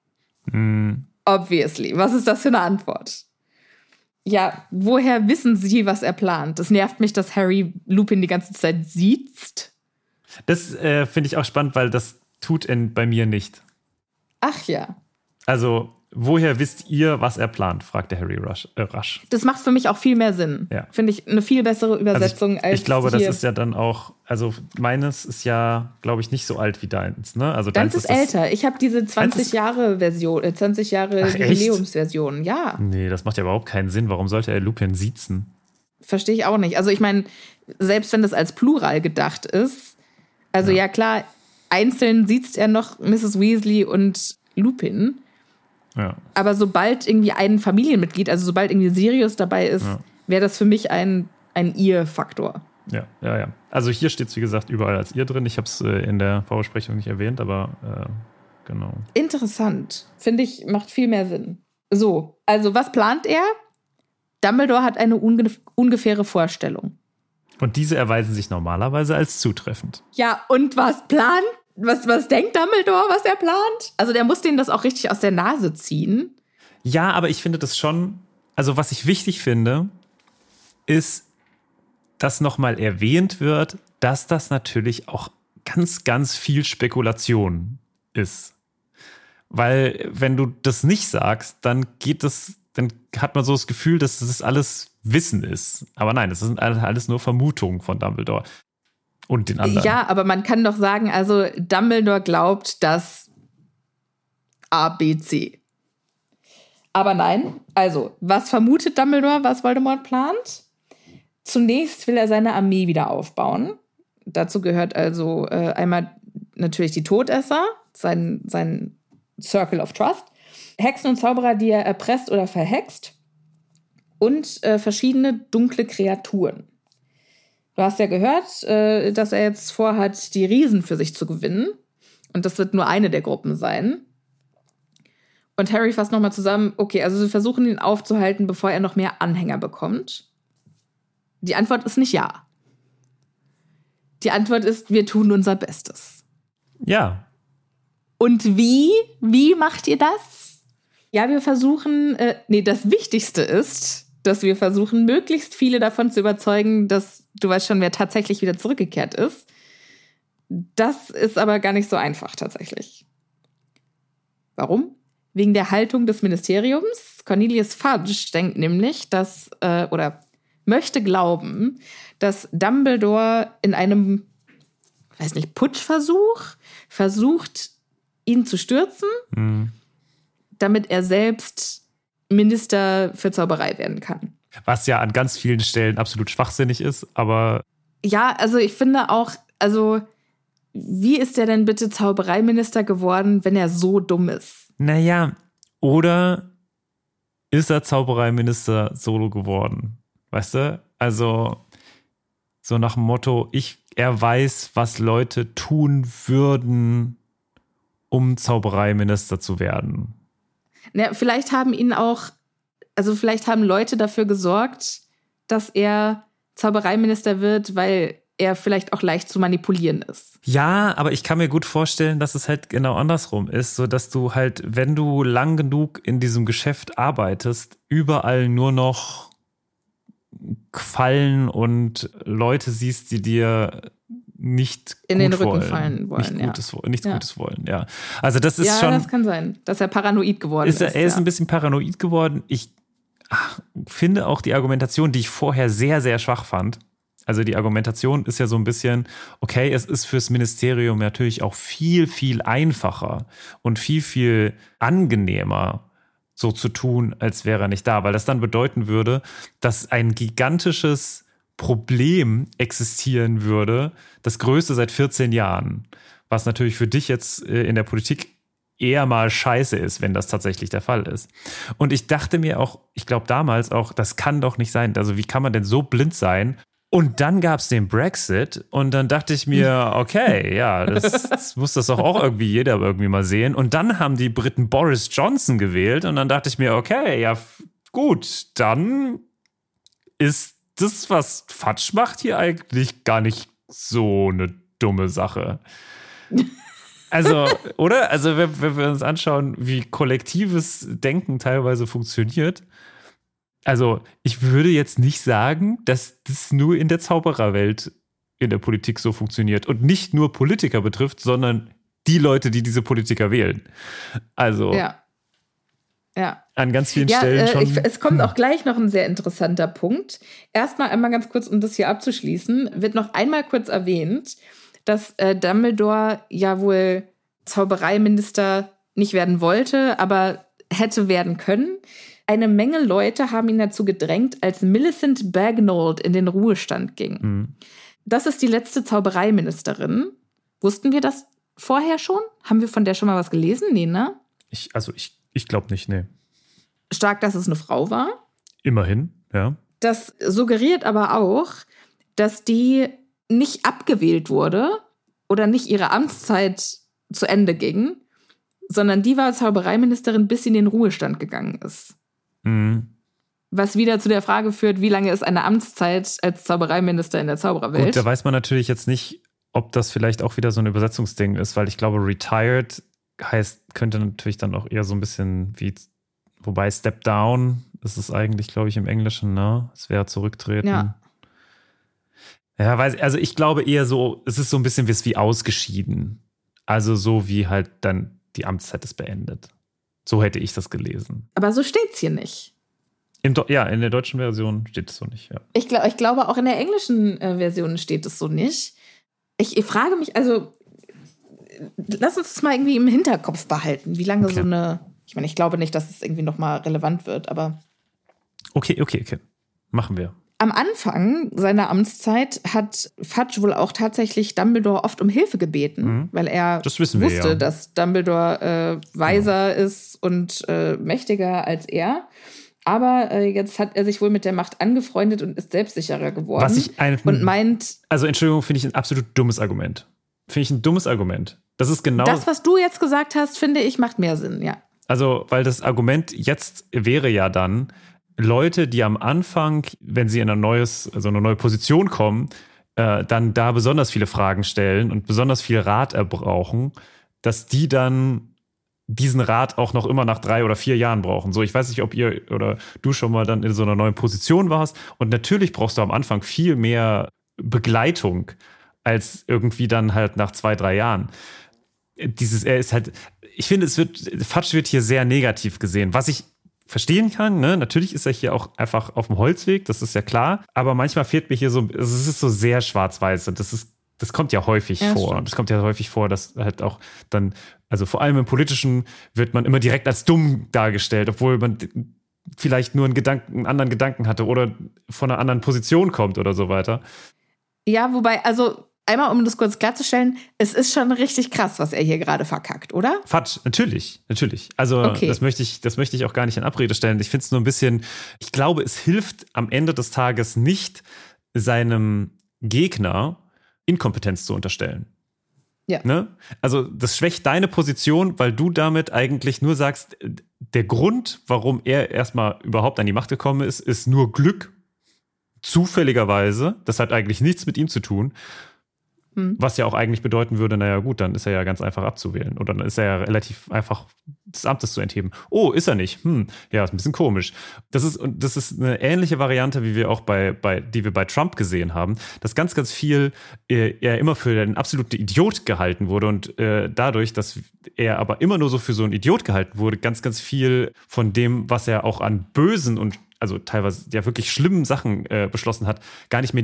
Obviously. Was ist das für eine Antwort? Ja, woher wissen Sie, was er plant? Das nervt mich, dass Harry Lupin die ganze Zeit sieht. Das finde ich auch spannend, weil das tut er bei mir nicht. Ach ja. Also, woher wisst ihr, was er plant? Fragte Harry rasch. Das macht für mich auch viel mehr Sinn. Ja. Finde ich eine viel bessere Übersetzung als ich glaube, hier. Das ist ja dann auch, also meines ist ja, glaube ich, nicht so alt wie deins. Ne? Also deins ist älter. Ich habe diese 20 Jahre Version, 20 Jahre Jubiläumsversion. Ja. Nee, das macht ja überhaupt keinen Sinn. Warum sollte er Lupin siezen? Verstehe ich auch nicht. Also ich meine, selbst wenn das als Plural gedacht ist, also ja klar, einzeln sieht er noch Mrs. Weasley und Lupin. Ja. Aber sobald irgendwie ein Familienmitglied, also sobald irgendwie Sirius dabei ist, wäre das für mich ein Ihr-Faktor. Ja. Also hier steht es, wie gesagt, überall als Ihr drin. Ich habe es in der Vorbesprechung nicht erwähnt, aber genau. Interessant. Finde ich, macht viel mehr Sinn. So, also was plant er? Dumbledore hat eine ungefähre Vorstellung. Und diese erweisen sich normalerweise als zutreffend. Ja, und was plant? Was denkt Dumbledore, was er plant? Also der muss denen das auch richtig aus der Nase ziehen. Ja, aber ich finde das schon, also was ich wichtig finde, ist, dass nochmal erwähnt wird, dass das natürlich auch ganz, ganz viel Spekulation ist. Weil wenn du das nicht sagst, dann hat man so das Gefühl, dass das alles Wissen ist. Aber nein, das sind alles nur Vermutungen von Dumbledore. Und den anderen. Ja, aber man kann doch sagen, also Dumbledore glaubt, dass A, B, C. Aber nein, also, was vermutet Dumbledore, was Voldemort plant? Zunächst will er seine Armee wieder aufbauen. Dazu gehört also einmal natürlich die Todesser, sein Circle of Trust, Hexen und Zauberer, die er erpresst oder verhext und verschiedene dunkle Kreaturen. Du hast ja gehört, dass er jetzt vorhat, die Riesen für sich zu gewinnen. Und das wird nur eine der Gruppen sein. Und Harry fasst nochmal zusammen, okay, also sie versuchen ihn aufzuhalten, bevor er noch mehr Anhänger bekommt. Die Antwort ist nicht ja. Die Antwort ist, wir tun unser Bestes. Ja. Und wie? Wie macht ihr das? Ja, wir versuchen, das Wichtigste ist, dass wir versuchen, möglichst viele davon zu überzeugen, dass, du weißt schon, wer tatsächlich wieder zurückgekehrt ist. Das ist aber gar nicht so einfach tatsächlich. Warum? Wegen der Haltung des Ministeriums. Cornelius Fudge denkt nämlich, dass, oder möchte glauben, dass Dumbledore in einem, Putschversuch versucht, ihn zu stürzen, damit er selbst Minister für Zauberei werden kann. Was ja an ganz vielen Stellen absolut schwachsinnig ist, aber... Ja, also ich finde auch, wie ist der denn bitte Zaubereiminister geworden, wenn er so dumm ist? Naja, oder ist er Zaubereiminister solo geworden? Weißt du? Also so nach dem Motto, er weiß, was Leute tun würden, um Zaubereiminister zu werden. Na, vielleicht haben Leute dafür gesorgt, dass er Zaubereiminister wird, weil er vielleicht auch leicht zu manipulieren ist. Ja, aber ich kann mir gut vorstellen, dass es halt genau andersrum ist, so dass du halt, wenn du lang genug in diesem Geschäft arbeitest, überall nur noch Fallen und Leute siehst, die dir nicht in gut den Rücken wollen, fallen wollen. Nichts Gutes wollen, ja. Also das ist schon... Ja, das kann sein, dass er paranoid geworden ist. Er ist ein bisschen paranoid geworden. Ich finde auch die Argumentation, die ich vorher sehr, sehr schwach fand. Also die Argumentation ist ja so ein bisschen, okay, es ist fürs Ministerium natürlich auch viel, viel einfacher und viel, viel angenehmer, so zu tun, als wäre er nicht da. Weil das dann bedeuten würde, dass ein gigantisches Problem existieren würde, das größte seit 14 Jahren. Was natürlich für dich jetzt in der Politik eher mal scheiße ist, wenn das tatsächlich der Fall ist. Und ich dachte mir auch, ich glaube damals auch, das kann doch nicht sein. Also wie kann man denn so blind sein? Und dann gab es den Brexit und dann dachte ich mir, okay, ja, das muss das doch auch jeder irgendwie mal sehen. Und dann haben die Briten Boris Johnson gewählt und dann dachte ich mir, okay, ja gut, dann ist das, was Fudge macht, hier eigentlich gar nicht so eine dumme Sache. Also, oder? Also, wenn wir uns anschauen, wie kollektives Denken teilweise funktioniert. Also, ich würde jetzt nicht sagen, dass das nur in der Zaubererwelt in der Politik so funktioniert und nicht nur Politiker betrifft, sondern die Leute, die diese Politiker wählen. Also, ja. An ganz vielen Stellen schon. Es kommt auch gleich noch ein sehr interessanter Punkt. Erstmal einmal ganz kurz, um das hier abzuschließen, wird noch einmal kurz erwähnt, dass Dumbledore ja wohl Zaubereiminister nicht werden wollte, aber hätte werden können. Eine Menge Leute haben ihn dazu gedrängt, als Millicent Bagnold in den Ruhestand ging. Mhm. Das ist die letzte Zaubereiministerin. Wussten wir das vorher schon? Haben wir von der schon mal was gelesen? Nee, ne? Ich glaube nicht, nee. Stark, dass es eine Frau war. Immerhin, ja. Das suggeriert aber auch, dass die nicht abgewählt wurde oder nicht ihre Amtszeit zu Ende ging, sondern die war Zaubereiministerin, bis sie in den Ruhestand gegangen ist. Mhm. Was wieder zu der Frage führt, wie lange ist eine Amtszeit als Zaubereiminister in der Zaubererwelt? Gut, da weiß man natürlich jetzt nicht, ob das vielleicht auch wieder so ein Übersetzungsding ist, weil ich glaube, retired könnte natürlich dann auch eher so ein bisschen wie, wobei Step Down ist es eigentlich, glaube ich, im Englischen, ne? Es wäre zurücktreten. Ja, also ich glaube eher so, es ist so ein bisschen wie ausgeschieden. Also so wie halt dann die Amtszeit ist beendet. So hätte ich das gelesen. Aber so steht's hier nicht. In der deutschen Version steht es so nicht, ja. Ich glaube, auch in der englischen Version steht es so nicht. Ich frage mich, also lass uns das mal irgendwie im Hinterkopf behalten, wie lange so eine, ich meine, ich glaube nicht, dass es irgendwie nochmal relevant wird, aber. Okay. Machen wir. Am Anfang seiner Amtszeit hat Fudge wohl auch tatsächlich Dumbledore oft um Hilfe gebeten, weil er wusste, dass Dumbledore weiser ist und mächtiger als er. Aber jetzt hat er sich wohl mit der Macht angefreundet und ist selbstsicherer geworden. Und meint. Also, Entschuldigung, finde ich ein absolut dummes Argument. Das ist genau. Das, was du jetzt gesagt hast, finde ich, macht mehr Sinn, ja. Also, weil das Argument jetzt wäre ja dann, Leute, die am Anfang, wenn sie in eine neue Position kommen, dann da besonders viele Fragen stellen und besonders viel Rat erbrauchen, dass die dann diesen Rat auch noch immer nach 3 oder 4 Jahren brauchen. So, ich weiß nicht, ob ihr oder du schon mal dann in so einer neuen Position warst. Und natürlich brauchst du am Anfang viel mehr Begleitung als irgendwie dann halt nach 2, 3 Jahren. Ich finde, Fudge wird hier sehr negativ gesehen, was ich verstehen kann, ne? Natürlich ist er hier auch einfach auf dem Holzweg, das ist ja klar. Aber manchmal fehlt mir hier so, es ist so sehr schwarz-weiß und das kommt ja häufig vor. Und es kommt ja häufig vor, dass halt auch dann, also vor allem im Politischen wird man immer direkt als dumm dargestellt, obwohl man vielleicht nur einen anderen Gedanken hatte oder von einer anderen Position kommt oder so weiter. Ja, wobei, also einmal, um das kurz klarzustellen, es ist schon richtig krass, was er hier gerade verkackt, oder? Fudge, natürlich. Also das möchte ich auch gar nicht in Abrede stellen. Ich finde es nur ein bisschen, ich glaube, es hilft am Ende des Tages nicht, seinem Gegner Inkompetenz zu unterstellen. Ja. Ne? Also das schwächt deine Position, weil du damit eigentlich nur sagst, der Grund, warum er erstmal überhaupt an die Macht gekommen ist nur Glück, zufälligerweise. Das hat eigentlich nichts mit ihm zu tun. Was ja auch eigentlich bedeuten würde, naja gut, dann ist er ja ganz einfach abzuwählen. Oder dann ist er ja relativ einfach des Amtes zu entheben. Oh, ist er nicht? Ja, ist ein bisschen komisch. Das ist eine ähnliche Variante, wie wir auch die wir bei Trump gesehen haben, dass ganz, ganz viel er immer für einen absoluten Idiot gehalten wurde und dadurch, dass er aber immer nur so für so einen Idiot gehalten wurde, ganz, ganz viel von dem, was er auch an bösen und also teilweise ja wirklich schlimmen Sachen beschlossen hat, gar nicht mehr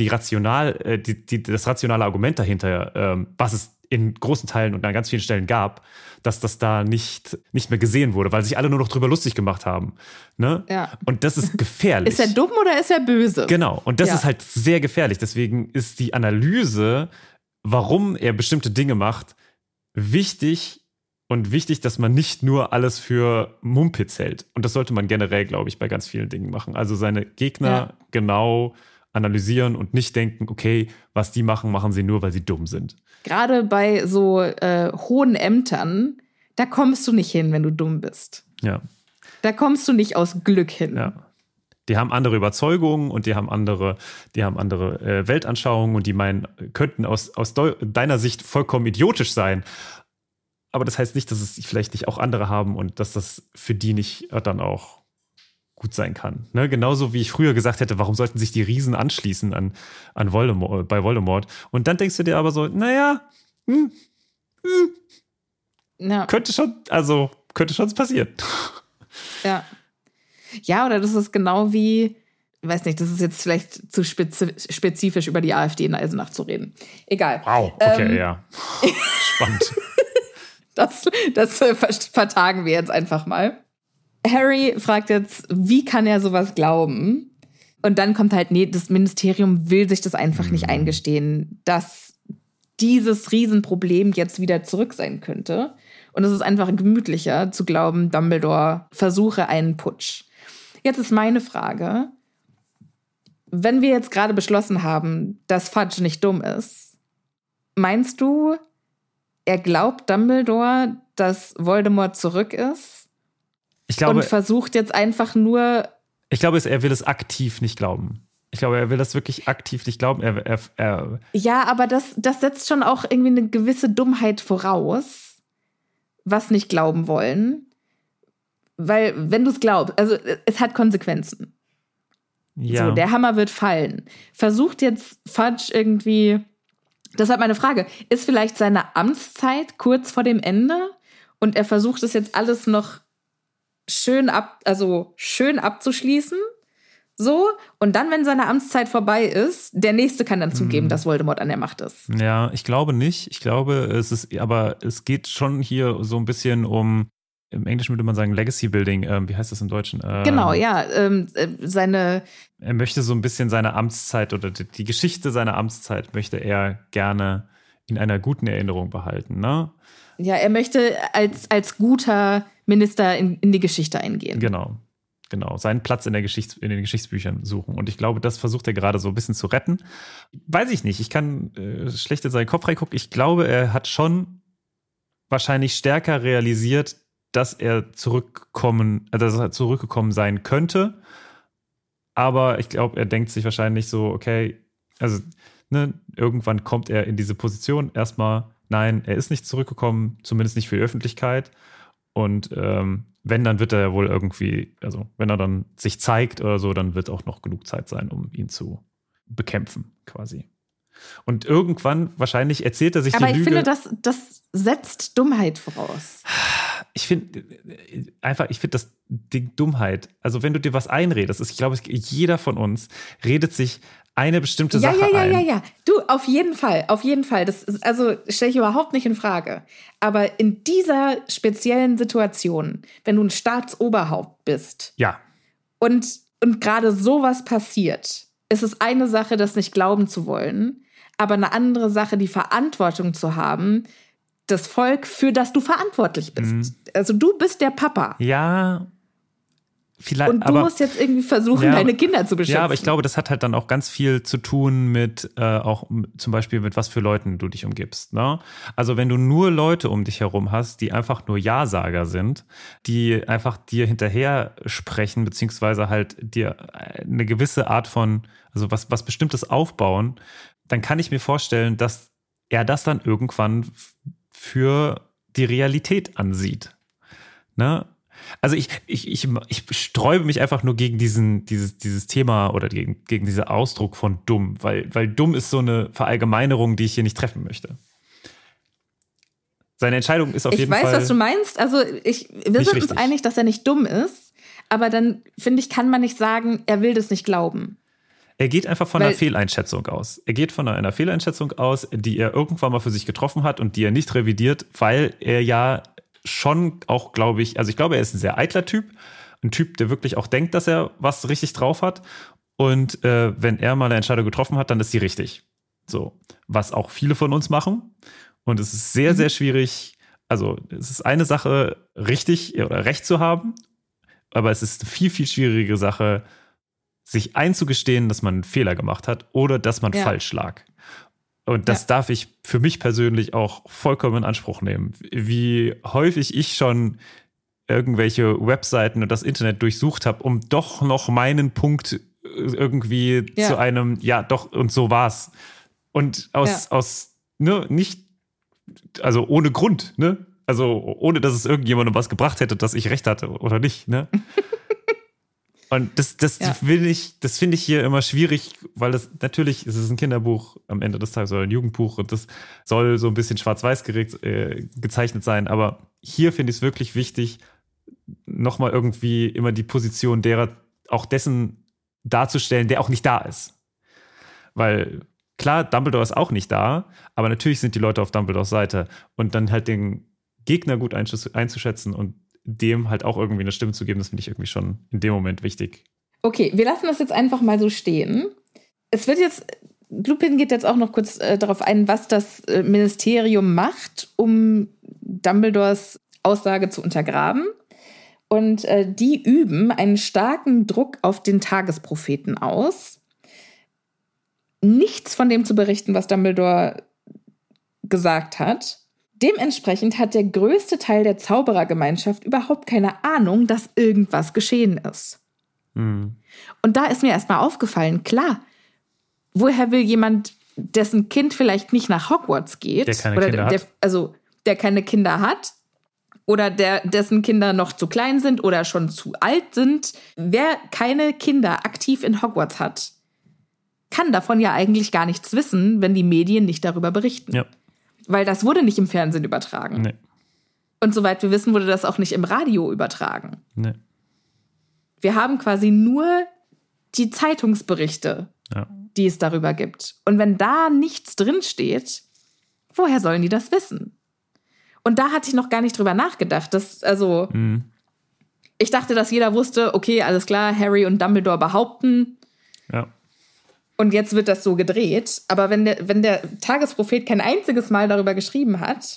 das rationale Argument dahinter, was es in großen Teilen und an ganz vielen Stellen gab, dass das da nicht mehr gesehen wurde, weil sich alle nur noch drüber lustig gemacht haben. Ne? Ja. Und das ist gefährlich. Ist er dumm oder ist er böse? Genau, und das ist halt sehr gefährlich. Deswegen ist die Analyse, warum er bestimmte Dinge macht, wichtig, dass man nicht nur alles für Mumpitz hält. Und das sollte man generell, glaube ich, bei ganz vielen Dingen machen. Also seine Gegner genau analysieren und nicht denken, okay, was die machen, machen sie nur, weil sie dumm sind. Gerade bei so hohen Ämtern, da kommst du nicht hin, wenn du dumm bist. Ja. Da kommst du nicht aus Glück hin. Ja. Die haben andere Überzeugungen und die haben andere Weltanschauungen und die könnten aus deiner Sicht vollkommen idiotisch sein. Aber das heißt nicht, dass es vielleicht nicht auch andere haben und dass das für die nicht dann auch gut sein kann. Ne? Genauso wie ich früher gesagt hätte, warum sollten sich die Riesen anschließen an Voldemort, bei Voldemort? Und dann denkst du dir aber so, naja, könnte schon passieren. Ja. Ja, oder das ist genau wie, weiß nicht, das ist jetzt vielleicht zu spezifisch über die AfD in Eisenach zu reden. Egal. Wow, okay, ja. Spannend. Das vertagen wir jetzt einfach mal. Harry fragt jetzt, wie kann er sowas glauben? Und dann kommt halt, nee, das Ministerium will sich das einfach nicht eingestehen, dass dieses Riesenproblem jetzt wieder zurück sein könnte. Und es ist einfach gemütlicher zu glauben, Dumbledore versuche einen Putsch. Jetzt ist meine Frage, wenn wir jetzt gerade beschlossen haben, dass Fudge nicht dumm ist, meinst du, er glaubt Dumbledore, dass Voldemort zurück ist? Ich glaube, und versucht jetzt einfach nur. Ich glaube, er will es aktiv nicht glauben. Ich glaube, er will das wirklich aktiv nicht glauben. Ja, aber das setzt schon auch irgendwie eine gewisse Dummheit voraus, was nicht glauben wollen. Weil, wenn du es glaubst, also es hat Konsequenzen. Ja. So, der Hammer wird fallen. Versucht jetzt Fudge irgendwie. Deshalb meine Frage, ist vielleicht seine Amtszeit kurz vor dem Ende und er versucht es jetzt alles noch schön abzuschließen, So, und dann, wenn seine Amtszeit vorbei ist, der Nächste kann dann zugeben, dass Voldemort an der Macht ist. Ja, ich glaube nicht. Ich glaube, es geht schon hier so ein bisschen um, im Englischen würde man sagen Legacy Building, wie heißt das im Deutschen? Genau, ja, er möchte so ein bisschen seine Amtszeit oder die Geschichte seiner Amtszeit möchte er gerne in einer guten Erinnerung behalten, ne? Ja, er möchte als guter Minister in die Geschichte eingehen. Genau, seinen Platz in den Geschichtsbüchern suchen. Und ich glaube, das versucht er gerade so ein bisschen zu retten. Weiß ich nicht, ich kann schlecht in seinen Kopf reingucken. Ich glaube, er hat schon wahrscheinlich stärker realisiert, dass er zurückgekommen sein könnte. Aber ich glaube, er denkt sich wahrscheinlich so, okay, also irgendwann kommt er in diese Position. Erstmal, nein, er ist nicht zurückgekommen, zumindest nicht für die Öffentlichkeit. Und wenn, dann wird er ja wohl irgendwie, also wenn er dann sich zeigt oder so, dann wird auch noch genug Zeit sein, um ihn zu bekämpfen, quasi. Und irgendwann, wahrscheinlich erzählt er sich die Lüge. Aber ich finde, das setzt Dummheit voraus. Ich finde das Ding Dummheit. Also wenn du dir was einredest, ich glaube, jeder von uns redet sich eine bestimmte Sache ein. Ja. Du, auf jeden Fall. Das ist, also stelle ich überhaupt nicht in Frage. Aber in dieser speziellen Situation, wenn du ein Staatsoberhaupt bist, ja, und gerade sowas passiert, ist es eine Sache, das nicht glauben zu wollen, aber eine andere Sache, die Verantwortung zu haben, das Volk, für das du verantwortlich bist. Mhm. Also du bist der Papa. Ja, vielleicht. Und du musst jetzt irgendwie versuchen, deine Kinder zu beschützen. Ja, aber ich glaube, das hat halt dann auch ganz viel zu tun mit auch zum Beispiel mit was für Leuten du dich umgibst. Ne? Also wenn du nur Leute um dich herum hast, die einfach nur Ja-Sager sind, die einfach dir hinterher sprechen, beziehungsweise halt dir eine gewisse Art von, also was Bestimmtes aufbauen, dann kann ich mir vorstellen, dass er das dann irgendwann für die Realität ansieht. Ne? Also ich sträube mich einfach nur gegen dieses Thema oder gegen diesen Ausdruck von dumm, weil dumm ist so eine Verallgemeinerung, die ich hier nicht treffen möchte. Seine Entscheidung ist auf jeden Fall. Ich weiß, was du meinst. Also wir sind uns einig, dass er nicht dumm ist, aber dann, finde ich, kann man nicht sagen, er will das nicht glauben. Er geht einfach von einer Fehleinschätzung aus. Er geht von einer Fehleinschätzung aus, die er irgendwann mal für sich getroffen hat und die er nicht revidiert, weil er ja schon auch, glaube ich, also ich glaube, er ist ein sehr eitler Typ. Ein Typ, der wirklich auch denkt, dass er was richtig drauf hat. Und wenn er mal eine Entscheidung getroffen hat, dann ist sie richtig. So, was auch viele von uns machen. Und es ist sehr, sehr schwierig. Also es ist eine Sache, richtig oder recht zu haben. Aber es ist eine viel, viel schwierige Sache, sich einzugestehen, dass man einen Fehler gemacht hat oder dass man falsch lag. Und das darf ich für mich persönlich auch vollkommen in Anspruch nehmen. Wie häufig ich schon irgendwelche Webseiten und das Internet durchsucht habe, um doch noch meinen Punkt irgendwie zu einem, doch, und so war's. Und nicht, also ohne Grund, ne? Also ohne, dass es irgendjemandem was gebracht hätte, dass ich recht hatte oder nicht, ne? Und das finde ich hier immer schwierig, weil das natürlich, es ist ein Kinderbuch am Ende des Tages oder ein Jugendbuch und das soll so ein bisschen schwarz-weiß gezeichnet sein. Aber hier finde ich es wirklich wichtig, nochmal irgendwie immer die Position auch dessen darzustellen, der auch nicht da ist. Weil klar, Dumbledore ist auch nicht da, aber natürlich sind die Leute auf Dumbledores Seite und dann halt den Gegner gut einzuschätzen und dem halt auch irgendwie eine Stimme zu geben, das finde ich irgendwie schon in dem Moment wichtig. Okay, wir lassen das jetzt einfach mal so stehen. Lupin geht jetzt auch noch kurz darauf ein, was das Ministerium macht, um Dumbledores Aussage zu untergraben. Und die üben einen starken Druck auf den Tagespropheten aus, nichts von dem zu berichten, was Dumbledore gesagt hat. Dementsprechend hat der größte Teil der Zauberergemeinschaft überhaupt keine Ahnung, dass irgendwas geschehen ist. Mhm. Und da ist mir erstmal aufgefallen, klar, woher will jemand, dessen Kind vielleicht nicht nach Hogwarts geht, der keine Kinder hat oder dessen Kinder noch zu klein sind oder schon zu alt sind, wer keine Kinder aktiv in Hogwarts hat, kann davon ja eigentlich gar nichts wissen, wenn die Medien nicht darüber berichten. Ja. Weil das wurde nicht im Fernsehen übertragen. Nee. Und soweit wir wissen, wurde das auch nicht im Radio übertragen. Nee. Wir haben quasi nur die Zeitungsberichte, die es darüber gibt. Und wenn da nichts drinsteht, woher sollen die das wissen? Und da hatte ich noch gar nicht drüber nachgedacht. Ich dachte, dass jeder wusste, okay, alles klar, Harry und Dumbledore behaupten. Ja. Und jetzt wird das so gedreht. Aber wenn der Tagesprophet kein einziges Mal darüber geschrieben hat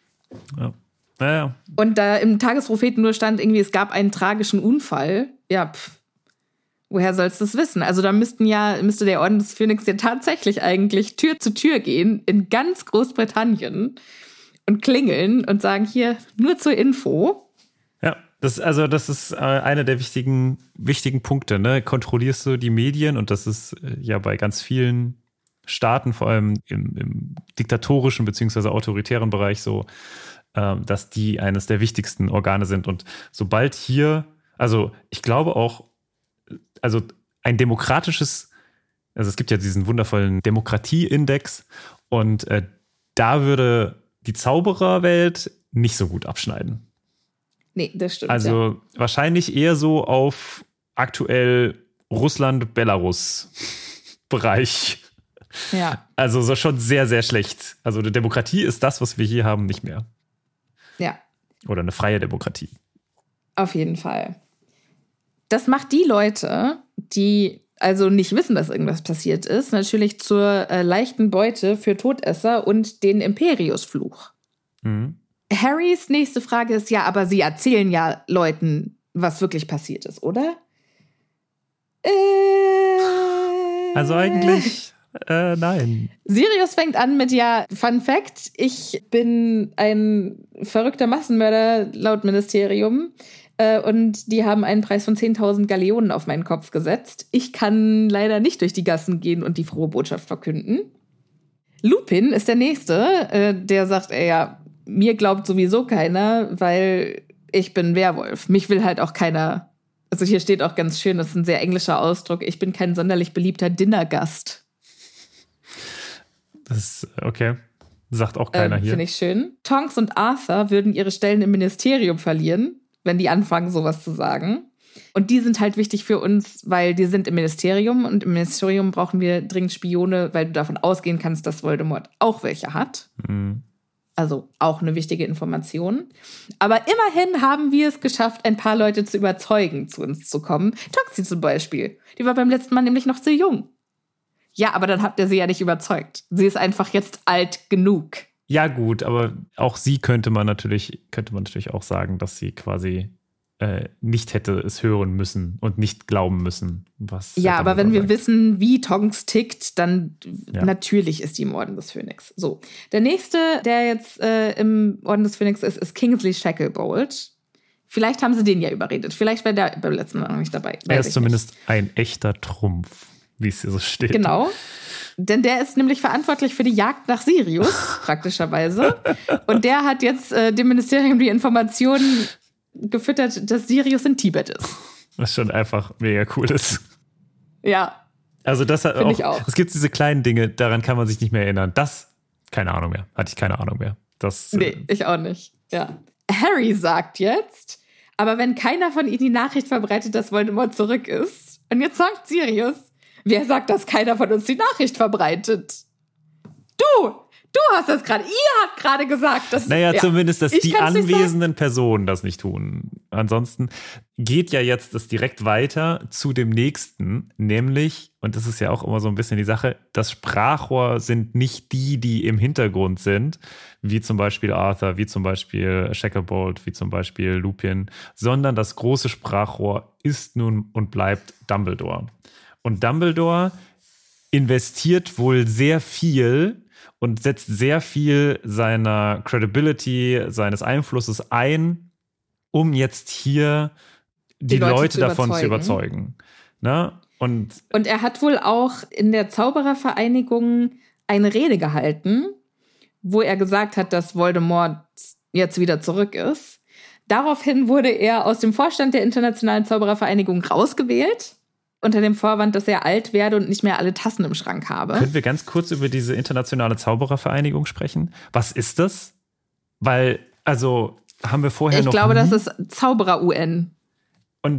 und da im Tagespropheten nur stand, irgendwie, es gab einen tragischen Unfall, woher sollst du das wissen? Also da müsste der Orden des Phönix ja tatsächlich eigentlich Tür zu Tür gehen in ganz Großbritannien und klingeln und sagen, hier, nur zur Info. Ja, das ist einer der wichtigen Punkte, ne? Kontrollierst du die Medien, und das ist ja bei ganz vielen Staaten, vor allem im diktatorischen bzw. autoritären Bereich so, dass die eines der wichtigsten Organe sind. Und sobald hier, also ich glaube auch, also ein demokratisches, also es gibt ja diesen wundervollen Demokratie-Index, und da würde die Zaubererwelt nicht so gut abschneiden. Nee, das stimmt. Also wahrscheinlich eher so auf aktuell Russland-Belarus-Bereich. Ja. Also so schon sehr, sehr schlecht. Also die Demokratie ist das, was wir hier haben, nicht mehr. Ja. Oder eine freie Demokratie. Auf jeden Fall. Das macht die Leute, die also nicht wissen, dass irgendwas passiert ist, natürlich zur leichten Beute für Todesser und den Imperiusfluch. Mhm. Harrys nächste Frage ist ja, aber sie erzählen ja Leuten, was wirklich passiert ist, oder? Also eigentlich nein. Sirius fängt an mit, Fun Fact, ich bin ein verrückter Massenmörder laut Ministerium und die haben einen Preis von 10.000 Galeonen auf meinen Kopf gesetzt. Ich kann leider nicht durch die Gassen gehen und die frohe Botschaft verkünden. Lupin ist der Nächste, der sagt, mir glaubt sowieso keiner, weil ich bin Werwolf. Mich will halt auch keiner, also hier steht auch ganz schön, das ist ein sehr englischer Ausdruck, ich bin kein sonderlich beliebter Dinnergast. Das ist okay. Sagt auch keiner hier. Finde ich schön. Tonks und Arthur würden ihre Stellen im Ministerium verlieren, wenn die anfangen, sowas zu sagen. Und die sind halt wichtig für uns, weil die sind im Ministerium, und im Ministerium brauchen wir dringend Spione, weil du davon ausgehen kannst, dass Voldemort auch welche hat. Mhm. Also auch eine wichtige Information. Aber immerhin haben wir es geschafft, ein paar Leute zu überzeugen, zu uns zu kommen. Toxie zum Beispiel. Die war beim letzten Mal nämlich noch sehr jung. Ja, aber dann habt ihr sie ja nicht überzeugt. Sie ist einfach jetzt alt genug. Ja gut, aber auch sie könnte man natürlich auch sagen, dass sie quasi nicht hätte es hören müssen und nicht glauben müssen, was. Ja, aber wenn wir wissen, wie Tonks tickt, dann natürlich ist die im Orden des Phönix. So, der nächste, der jetzt im Orden des Phönix ist Kingsley Shacklebolt. Vielleicht haben sie den ja überredet. Vielleicht wäre der beim letzten Mal noch nicht dabei. Er ist zumindest ein echter Trumpf, wie es hier so steht. Genau. Denn der ist nämlich verantwortlich für die Jagd nach Sirius, praktischerweise. Und der hat jetzt dem Ministerium die Informationen gefüttert, dass Sirius in Tibet ist. Was schon einfach mega cool ist. Ja. Also das hat auch. Es gibt diese kleinen Dinge, daran kann man sich nicht mehr erinnern. Keine Ahnung mehr. Hatte ich keine Ahnung mehr. Nee, ich auch nicht. Ja. Harry sagt jetzt, aber wenn keiner von ihnen die Nachricht verbreitet, dass Voldemort zurück ist, und jetzt sagt Sirius, wer sagt, dass keiner von uns die Nachricht verbreitet? Du hast das gerade. Ihr habt gerade gesagt, dass. Zumindest, dass die anwesenden Personen das nicht tun. Ansonsten geht ja jetzt das direkt weiter zu dem nächsten, nämlich, und das ist ja auch immer so ein bisschen die Sache, das Sprachrohr sind nicht die im Hintergrund sind, wie zum Beispiel Arthur, wie zum Beispiel Shacklebolt, wie zum Beispiel Lupin, sondern das große Sprachrohr ist nun und bleibt Dumbledore. Und Dumbledore investiert wohl sehr viel und setzt sehr viel seiner Credibility, seines Einflusses ein, um jetzt hier die Leute davon zu überzeugen. Ne? Und er hat wohl auch in der Zauberervereinigung eine Rede gehalten, wo er gesagt hat, dass Voldemort jetzt wieder zurück ist. Daraufhin wurde er aus dem Vorstand der Internationalen Zauberervereinigung rausgewählt, unter dem Vorwand, dass er alt werde und nicht mehr alle Tassen im Schrank habe. Können wir ganz kurz über diese internationale Zauberervereinigung sprechen? Was ist das? Weil, also, haben wir vorher Ich glaube, das ist Zauberer-UN. Und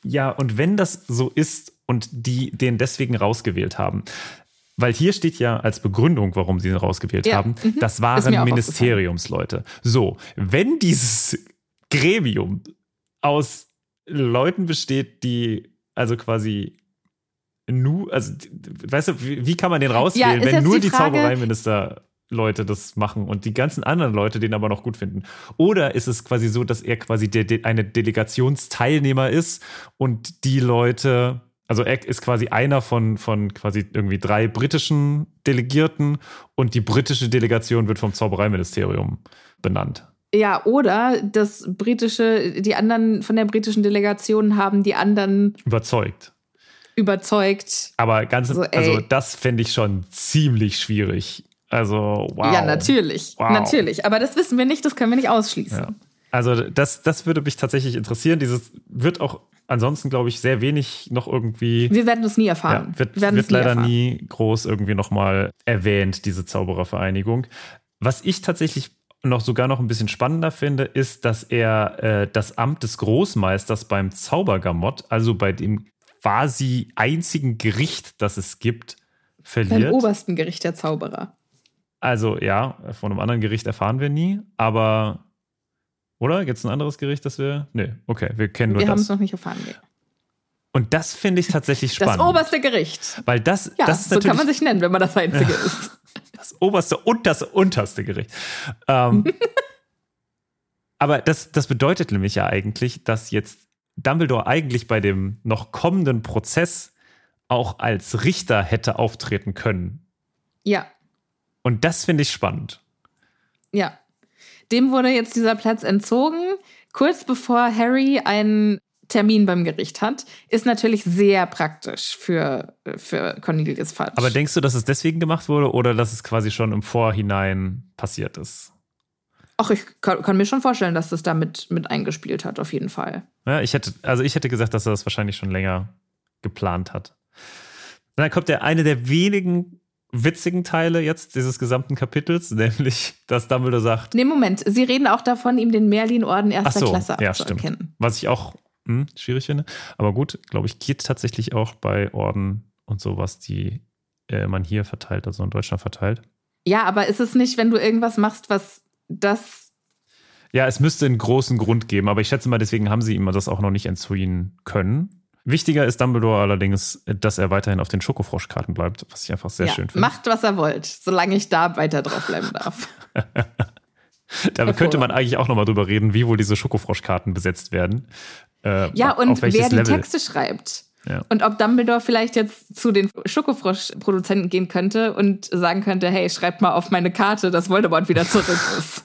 Ja, und wenn das so ist und die den deswegen rausgewählt haben, weil hier steht ja als Begründung, warum sie ihn rausgewählt haben, das waren Ministeriumsleute. So, wenn dieses Gremium aus Leuten besteht, die also quasi nur, also weißt du, wie kann man den rauswählen, wenn nur die Zaubereiminister-Leute das machen und die ganzen anderen Leute den aber noch gut finden? Oder ist es quasi so, dass er quasi eine Delegationsteilnehmer ist und die Leute, also er ist quasi einer von quasi irgendwie 3 britischen Delegierten und die britische Delegation wird vom Zaubereiministerium benannt. Ja, oder die anderen von der britischen Delegation haben die anderen überzeugt. Aber also das fände ich schon ziemlich schwierig. Also, wow. Ja, natürlich. Natürlich. Aber das wissen wir nicht, das können wir nicht ausschließen. Ja. Also, das würde mich tatsächlich interessieren. Dieses wird auch ansonsten, glaube ich, sehr wenig noch irgendwie. Wir werden es nie erfahren. Ja, wird leider nie groß irgendwie nochmal erwähnt, diese Zauberervereinigung. Was ich tatsächlich sogar noch ein bisschen spannender finde, ist, dass er das Amt des Großmeisters beim Zaubergamott, also bei dem quasi einzigen Gericht, das es gibt, verliert. Beim obersten Gericht der Zauberer. Also ja, von einem anderen Gericht erfahren wir nie, aber oder? Gibt es ein anderes Gericht, das wir... Nee, okay, wir kennen nur das. Wir haben es noch nicht erfahren. Nee. Und das finde ich tatsächlich spannend. Das oberste Gericht. Weil das ist so natürlich, kann man sich nennen, wenn man das Einzige ist. Das oberste und das unterste Gericht. Aber das bedeutet nämlich ja eigentlich, dass jetzt Dumbledore eigentlich bei dem noch kommenden Prozess auch als Richter hätte auftreten können. Ja. Und das finde ich spannend. Ja. Dem wurde jetzt dieser Platz entzogen, kurz bevor Harry einen Termin beim Gericht hat. Ist natürlich sehr praktisch für Cornelius Fudge. Aber denkst du, dass es deswegen gemacht wurde oder dass es quasi schon im Vorhinein passiert ist? Ach, ich kann mir schon vorstellen, dass das da mit eingespielt hat, auf jeden Fall. Ja, ich hätte gesagt, dass er das wahrscheinlich schon länger geplant hat. Und dann kommt eine der wenigen witzigen Teile jetzt dieses gesamten Kapitels, nämlich, dass Dumbledore sagt... Nee, Moment, sie reden auch davon, ihm den Merlin-Orden erster Klasse abzuerkennen. Stimmt. Was ich auch schwierig finde. Aber gut, glaube ich, geht tatsächlich auch bei Orden und sowas, die man hier verteilt, also in Deutschland verteilt. Ja, aber ist es nicht, wenn du irgendwas machst, was das... Ja, es müsste einen großen Grund geben, aber ich schätze mal, deswegen haben sie ihm das auch noch nicht entziehen können. Wichtiger ist Dumbledore allerdings, dass er weiterhin auf den Schokofroschkarten bleibt, was ich einfach sehr schön finde. Macht, was er wollt, solange ich da weiter drauf bleiben darf. Da könnte man eigentlich auch nochmal drüber reden, wie wohl diese Schokofroschkarten besetzt werden. Ja, und wer die Level. Texte schreibt. Ja. Und ob Dumbledore vielleicht jetzt zu den Schokofrosch-Produzenten gehen könnte und sagen könnte, hey, schreibt mal auf meine Karte, dass Voldemort wieder zurück ist.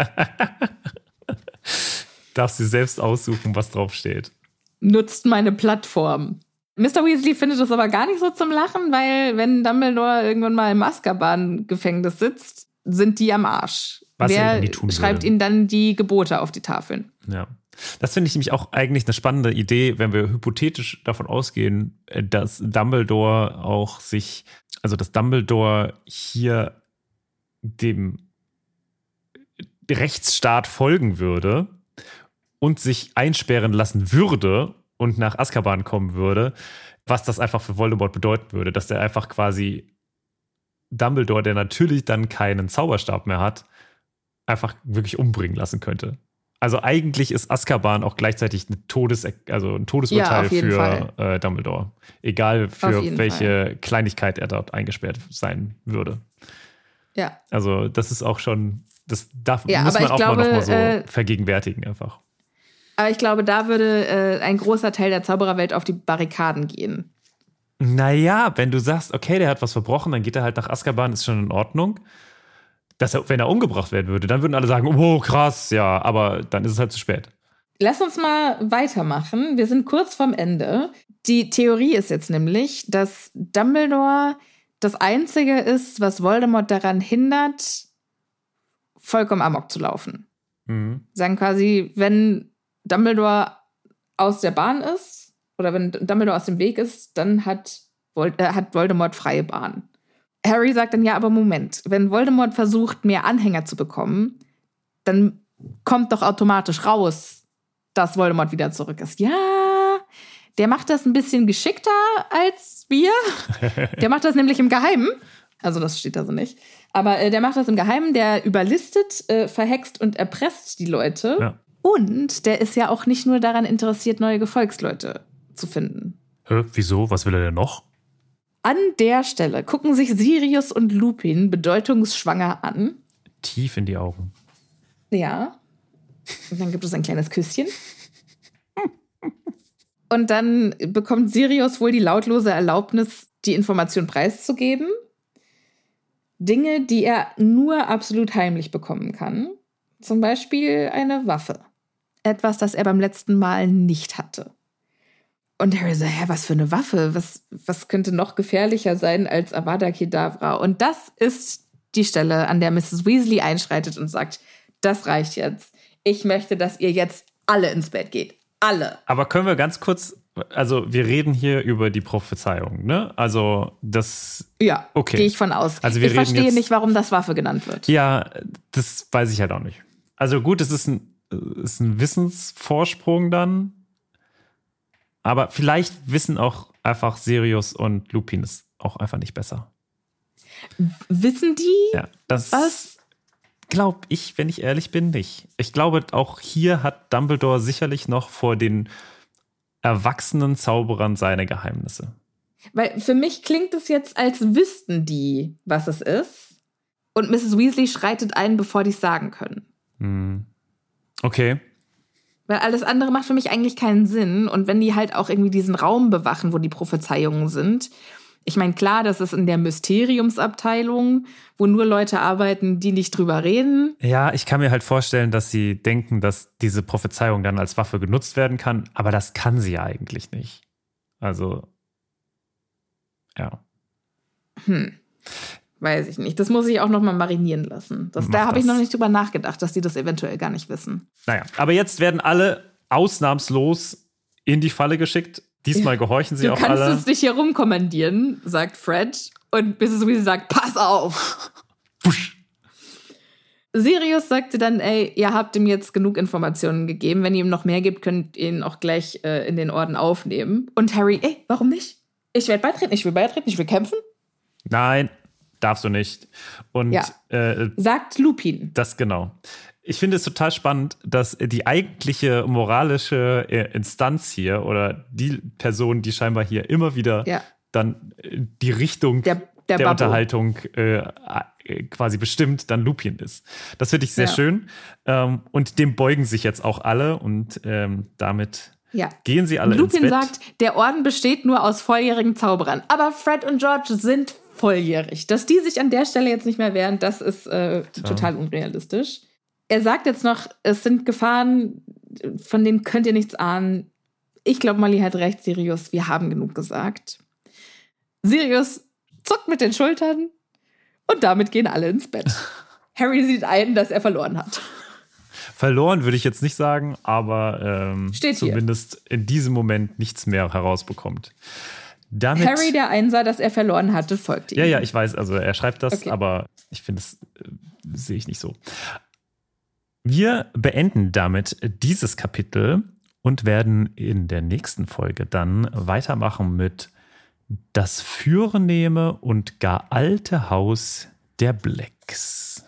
Darfst du selbst aussuchen, was drauf steht. Nutzt meine Plattform. Mr. Weasley findet das aber gar nicht so zum Lachen, weil wenn Dumbledore irgendwann mal im Azkaban-Gefängnis sitzt, sind die am Arsch. Wer schreibt ihnen dann die Gebote auf die Tafeln? Ja. Das finde ich nämlich auch eigentlich eine spannende Idee, wenn wir hypothetisch davon ausgehen, dass Dumbledore dass Dumbledore hier dem Rechtsstaat folgen würde und sich einsperren lassen würde und nach Azkaban kommen würde, was das einfach für Voldemort bedeuten würde, dass der einfach quasi Dumbledore, der natürlich dann keinen Zauberstab mehr hat, einfach wirklich umbringen lassen könnte. Also eigentlich ist Azkaban auch gleichzeitig ein Todesurteil für Dumbledore. Egal für welche Kleinigkeit er dort eingesperrt sein würde. Ja. Also das ist auch schon, muss man auch mal noch mal so vergegenwärtigen einfach. Aber ich glaube, da würde ein großer Teil der Zaubererwelt auf die Barrikaden gehen. Naja, wenn du sagst, okay, der hat was verbrochen, dann geht er halt nach Azkaban, ist schon in Ordnung. Wenn er umgebracht werden würde, dann würden alle sagen, oh krass, ja, aber dann ist es halt zu spät. Lass uns mal weitermachen. Wir sind kurz vorm Ende. Die Theorie ist jetzt nämlich, dass Dumbledore das Einzige ist, was Voldemort daran hindert, vollkommen amok zu laufen. Mhm. Sagen quasi, wenn Dumbledore aus der Bahn ist oder wenn Dumbledore aus dem Weg ist, dann hat Voldemort freie Bahn. Harry sagt dann, ja, aber Moment, wenn Voldemort versucht, mehr Anhänger zu bekommen, dann kommt doch automatisch raus, dass Voldemort wieder zurück ist. Ja, Der macht das ein bisschen geschickter als wir. Der macht das nämlich im Geheimen. Also das steht da so nicht. Aber der macht das im Geheimen. Der überlistet, verhext und erpresst die Leute. Ja. Und der ist ja auch nicht nur daran interessiert, neue Gefolgsleute zu finden. Wieso? Was will er denn noch? An der Stelle gucken sich Sirius und Lupin bedeutungsschwanger an. Tief in die Augen. Ja. Und dann gibt es ein kleines Küsschen. Und dann bekommt Sirius wohl die lautlose Erlaubnis, die Information preiszugeben. Dinge, die er nur absolut heimlich bekommen kann. Zum Beispiel eine Waffe. Etwas, das er beim letzten Mal nicht hatte. Und Harry so, was für eine Waffe? Was könnte noch gefährlicher sein als Avada Kedavra? Und das ist die Stelle, an der Mrs. Weasley einschreitet und sagt, das reicht jetzt. Ich möchte, dass ihr jetzt alle ins Bett geht. Alle. Aber können wir ganz kurz, also wir reden hier über die Prophezeiung, ne? Also das... Ja, okay. Gehe ich von aus. Also ich verstehe nicht, warum das Waffe genannt wird. Ja, das weiß ich halt auch nicht. Also gut, es ist ein Wissensvorsprung dann. Aber vielleicht wissen auch einfach Sirius und Lupin es auch einfach nicht besser. Wissen die? Ja, das was? Glaube ich, wenn ich ehrlich bin, nicht. Ich glaube, auch hier hat Dumbledore sicherlich noch vor den erwachsenen Zauberern seine Geheimnisse. Weil für mich klingt es jetzt, als wüssten die, was es ist. Und Mrs. Weasley schreitet ein, bevor die es sagen können. Okay. Weil alles andere macht für mich eigentlich keinen Sinn. Und wenn die halt auch irgendwie diesen Raum bewachen, wo die Prophezeiungen sind. Ich meine, klar, das ist in der Mysteriumsabteilung, wo nur Leute arbeiten, die nicht drüber reden. Ja, ich kann mir halt vorstellen, dass sie denken, dass diese Prophezeiung dann als Waffe genutzt werden kann. Aber das kann sie ja eigentlich nicht. Also, ja. Weiß ich nicht. Das muss ich auch noch mal marinieren lassen. Da habe ich noch nicht drüber nachgedacht, dass die das eventuell gar nicht wissen. Naja, aber jetzt werden alle ausnahmslos in die Falle geschickt. Diesmal gehorchen sie auch alle. Du kannst es nicht herumkommandieren, sagt Fred. Und Mrs. Weasley sagt, pass auf. Sirius sagte dann, ihr habt ihm jetzt genug Informationen gegeben. Wenn ihr ihm noch mehr gibt, könnt ihr ihn auch gleich in den Orden aufnehmen. Und Harry, warum nicht? Ich werde beitreten, ich will kämpfen. Nein, darfst du nicht. Und ja. Sagt Lupin. Das genau. Ich finde es total spannend, dass die eigentliche moralische Instanz hier oder die Person, die scheinbar hier immer wieder dann die Richtung der Unterhaltung quasi bestimmt, dann Lupin ist. Das finde ich sehr schön. Und dem beugen sich jetzt auch alle und damit gehen sie alle Lupin ins Bett. Lupin sagt, der Orden besteht nur aus volljährigen Zauberern. Aber Fred und George sind volljährig. Dass die sich an der Stelle jetzt nicht mehr wehren, das ist total unrealistisch. Er sagt jetzt noch, es sind Gefahren, von denen könnt ihr nichts ahnen. Ich glaube, Molly hat recht, Sirius, wir haben genug gesagt. Sirius zuckt mit den Schultern und damit gehen alle ins Bett. Harry sieht ein, dass er verloren hat. Verloren würde ich jetzt nicht sagen, aber zumindest hier in diesem Moment nichts mehr herausbekommt. Damit Harry, der einsah, dass er verloren hatte, folgt ihm. Ja, ich weiß, also er schreibt das, aber ich finde, das sehe ich nicht so. Wir beenden damit dieses Kapitel und werden in der nächsten Folge dann weitermachen mit Das fürnehme und gar alte Haus der Blacks.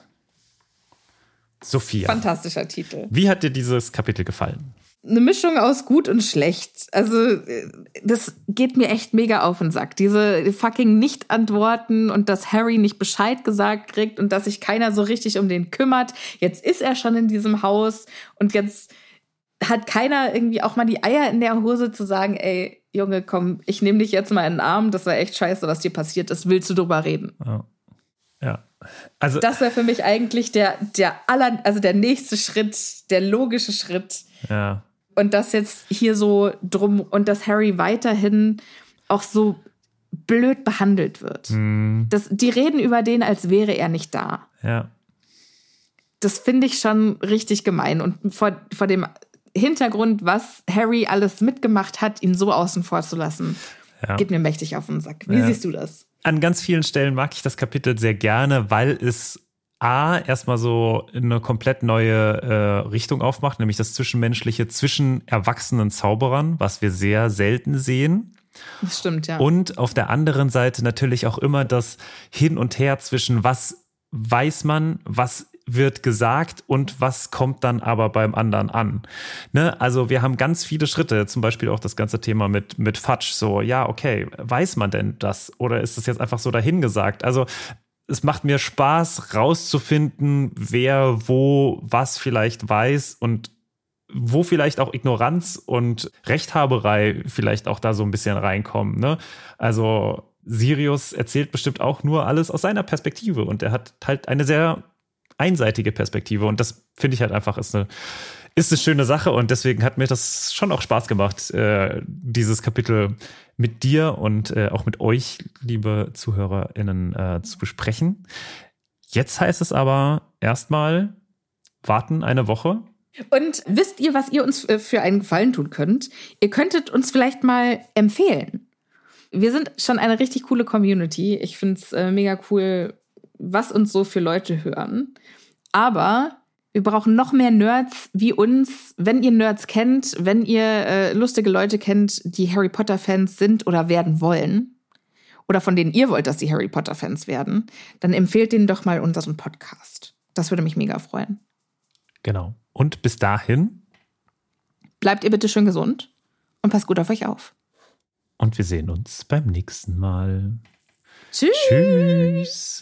Sophia. Fantastischer Titel. Wie hat dir dieses Kapitel gefallen? Eine Mischung aus gut und schlecht. Also, das geht mir echt mega auf den Sack. Diese fucking Nicht-Antworten und dass Harry nicht Bescheid gesagt kriegt und dass sich keiner so richtig um den kümmert. Jetzt ist er schon in diesem Haus und jetzt hat keiner irgendwie auch mal die Eier in der Hose zu sagen, Junge, komm, ich nehme dich jetzt mal in den Arm. Das war echt scheiße, was dir passiert ist. Willst du drüber reden? Ja. Also, das wäre für mich eigentlich der nächste Schritt, der logische Schritt. Ja. Und das jetzt hier so drum und dass Harry weiterhin auch so blöd behandelt wird. Die reden über den, als wäre er nicht da. Ja. Das finde ich schon richtig gemein. Und vor dem Hintergrund, was Harry alles mitgemacht hat, ihn so außen vor zu lassen, geht mir mächtig auf den Sack. Wie siehst du das? An ganz vielen Stellen mag ich das Kapitel sehr gerne, weil es erstmal so eine komplett neue Richtung aufmacht, nämlich das Zwischenmenschliche zwischen erwachsenen Zauberern, was wir sehr selten sehen. Das stimmt, ja. Und auf der anderen Seite natürlich auch immer das Hin und Her zwischen was weiß man, was wird gesagt und was kommt dann aber beim anderen an. Ne? Also wir haben ganz viele Schritte, zum Beispiel auch das ganze Thema mit Fudge. So, ja, okay, weiß man denn das? Oder ist das jetzt einfach so dahingesagt? Also es macht mir Spaß, rauszufinden, wer wo was vielleicht weiß und wo vielleicht auch Ignoranz und Rechthaberei vielleicht auch da so ein bisschen reinkommen. Ne? Also Sirius erzählt bestimmt auch nur alles aus seiner Perspektive und er hat halt eine sehr einseitige Perspektive und das finde ich halt einfach ist eine schöne Sache und deswegen hat mir das schon auch Spaß gemacht, dieses Kapitel mit dir und auch mit euch, liebe ZuhörerInnen, zu besprechen. Jetzt heißt es aber erstmal warten eine Woche. Und wisst ihr, was ihr uns für einen Gefallen tun könnt? Ihr könntet uns vielleicht mal empfehlen. Wir sind schon eine richtig coole Community. Ich finde es mega cool, was uns so für Leute hören. Aber wir brauchen noch mehr Nerds wie uns. Wenn ihr Nerds kennt, wenn ihr lustige Leute kennt, die Harry Potter-Fans sind oder werden wollen, oder von denen ihr wollt, dass sie Harry Potter-Fans werden, dann empfehlt denen doch mal unseren Podcast. Das würde mich mega freuen. Genau. Und bis dahin bleibt ihr bitte schön gesund und passt gut auf euch auf. Und wir sehen uns beim nächsten Mal. Tschüss. Tschüss.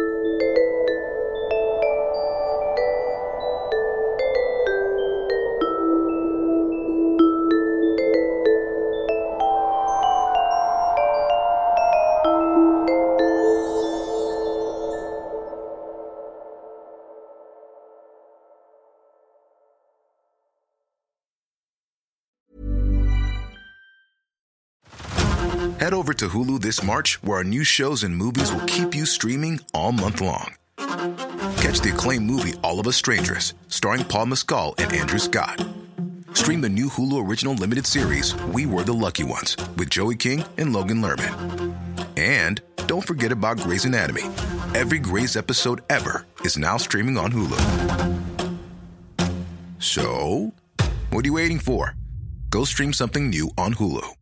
Head over to Hulu this March, where our new shows and movies will keep you streaming all month long. Catch the acclaimed movie All of Us Strangers, starring Paul Mescal and Andrew Scott. Stream the new Hulu original limited series We Were the Lucky Ones with Joey King and Logan Lerman. And don't forget about Grey's Anatomy. Every Grey's episode ever is now streaming on Hulu. So, what are you waiting for? Go stream something new on Hulu.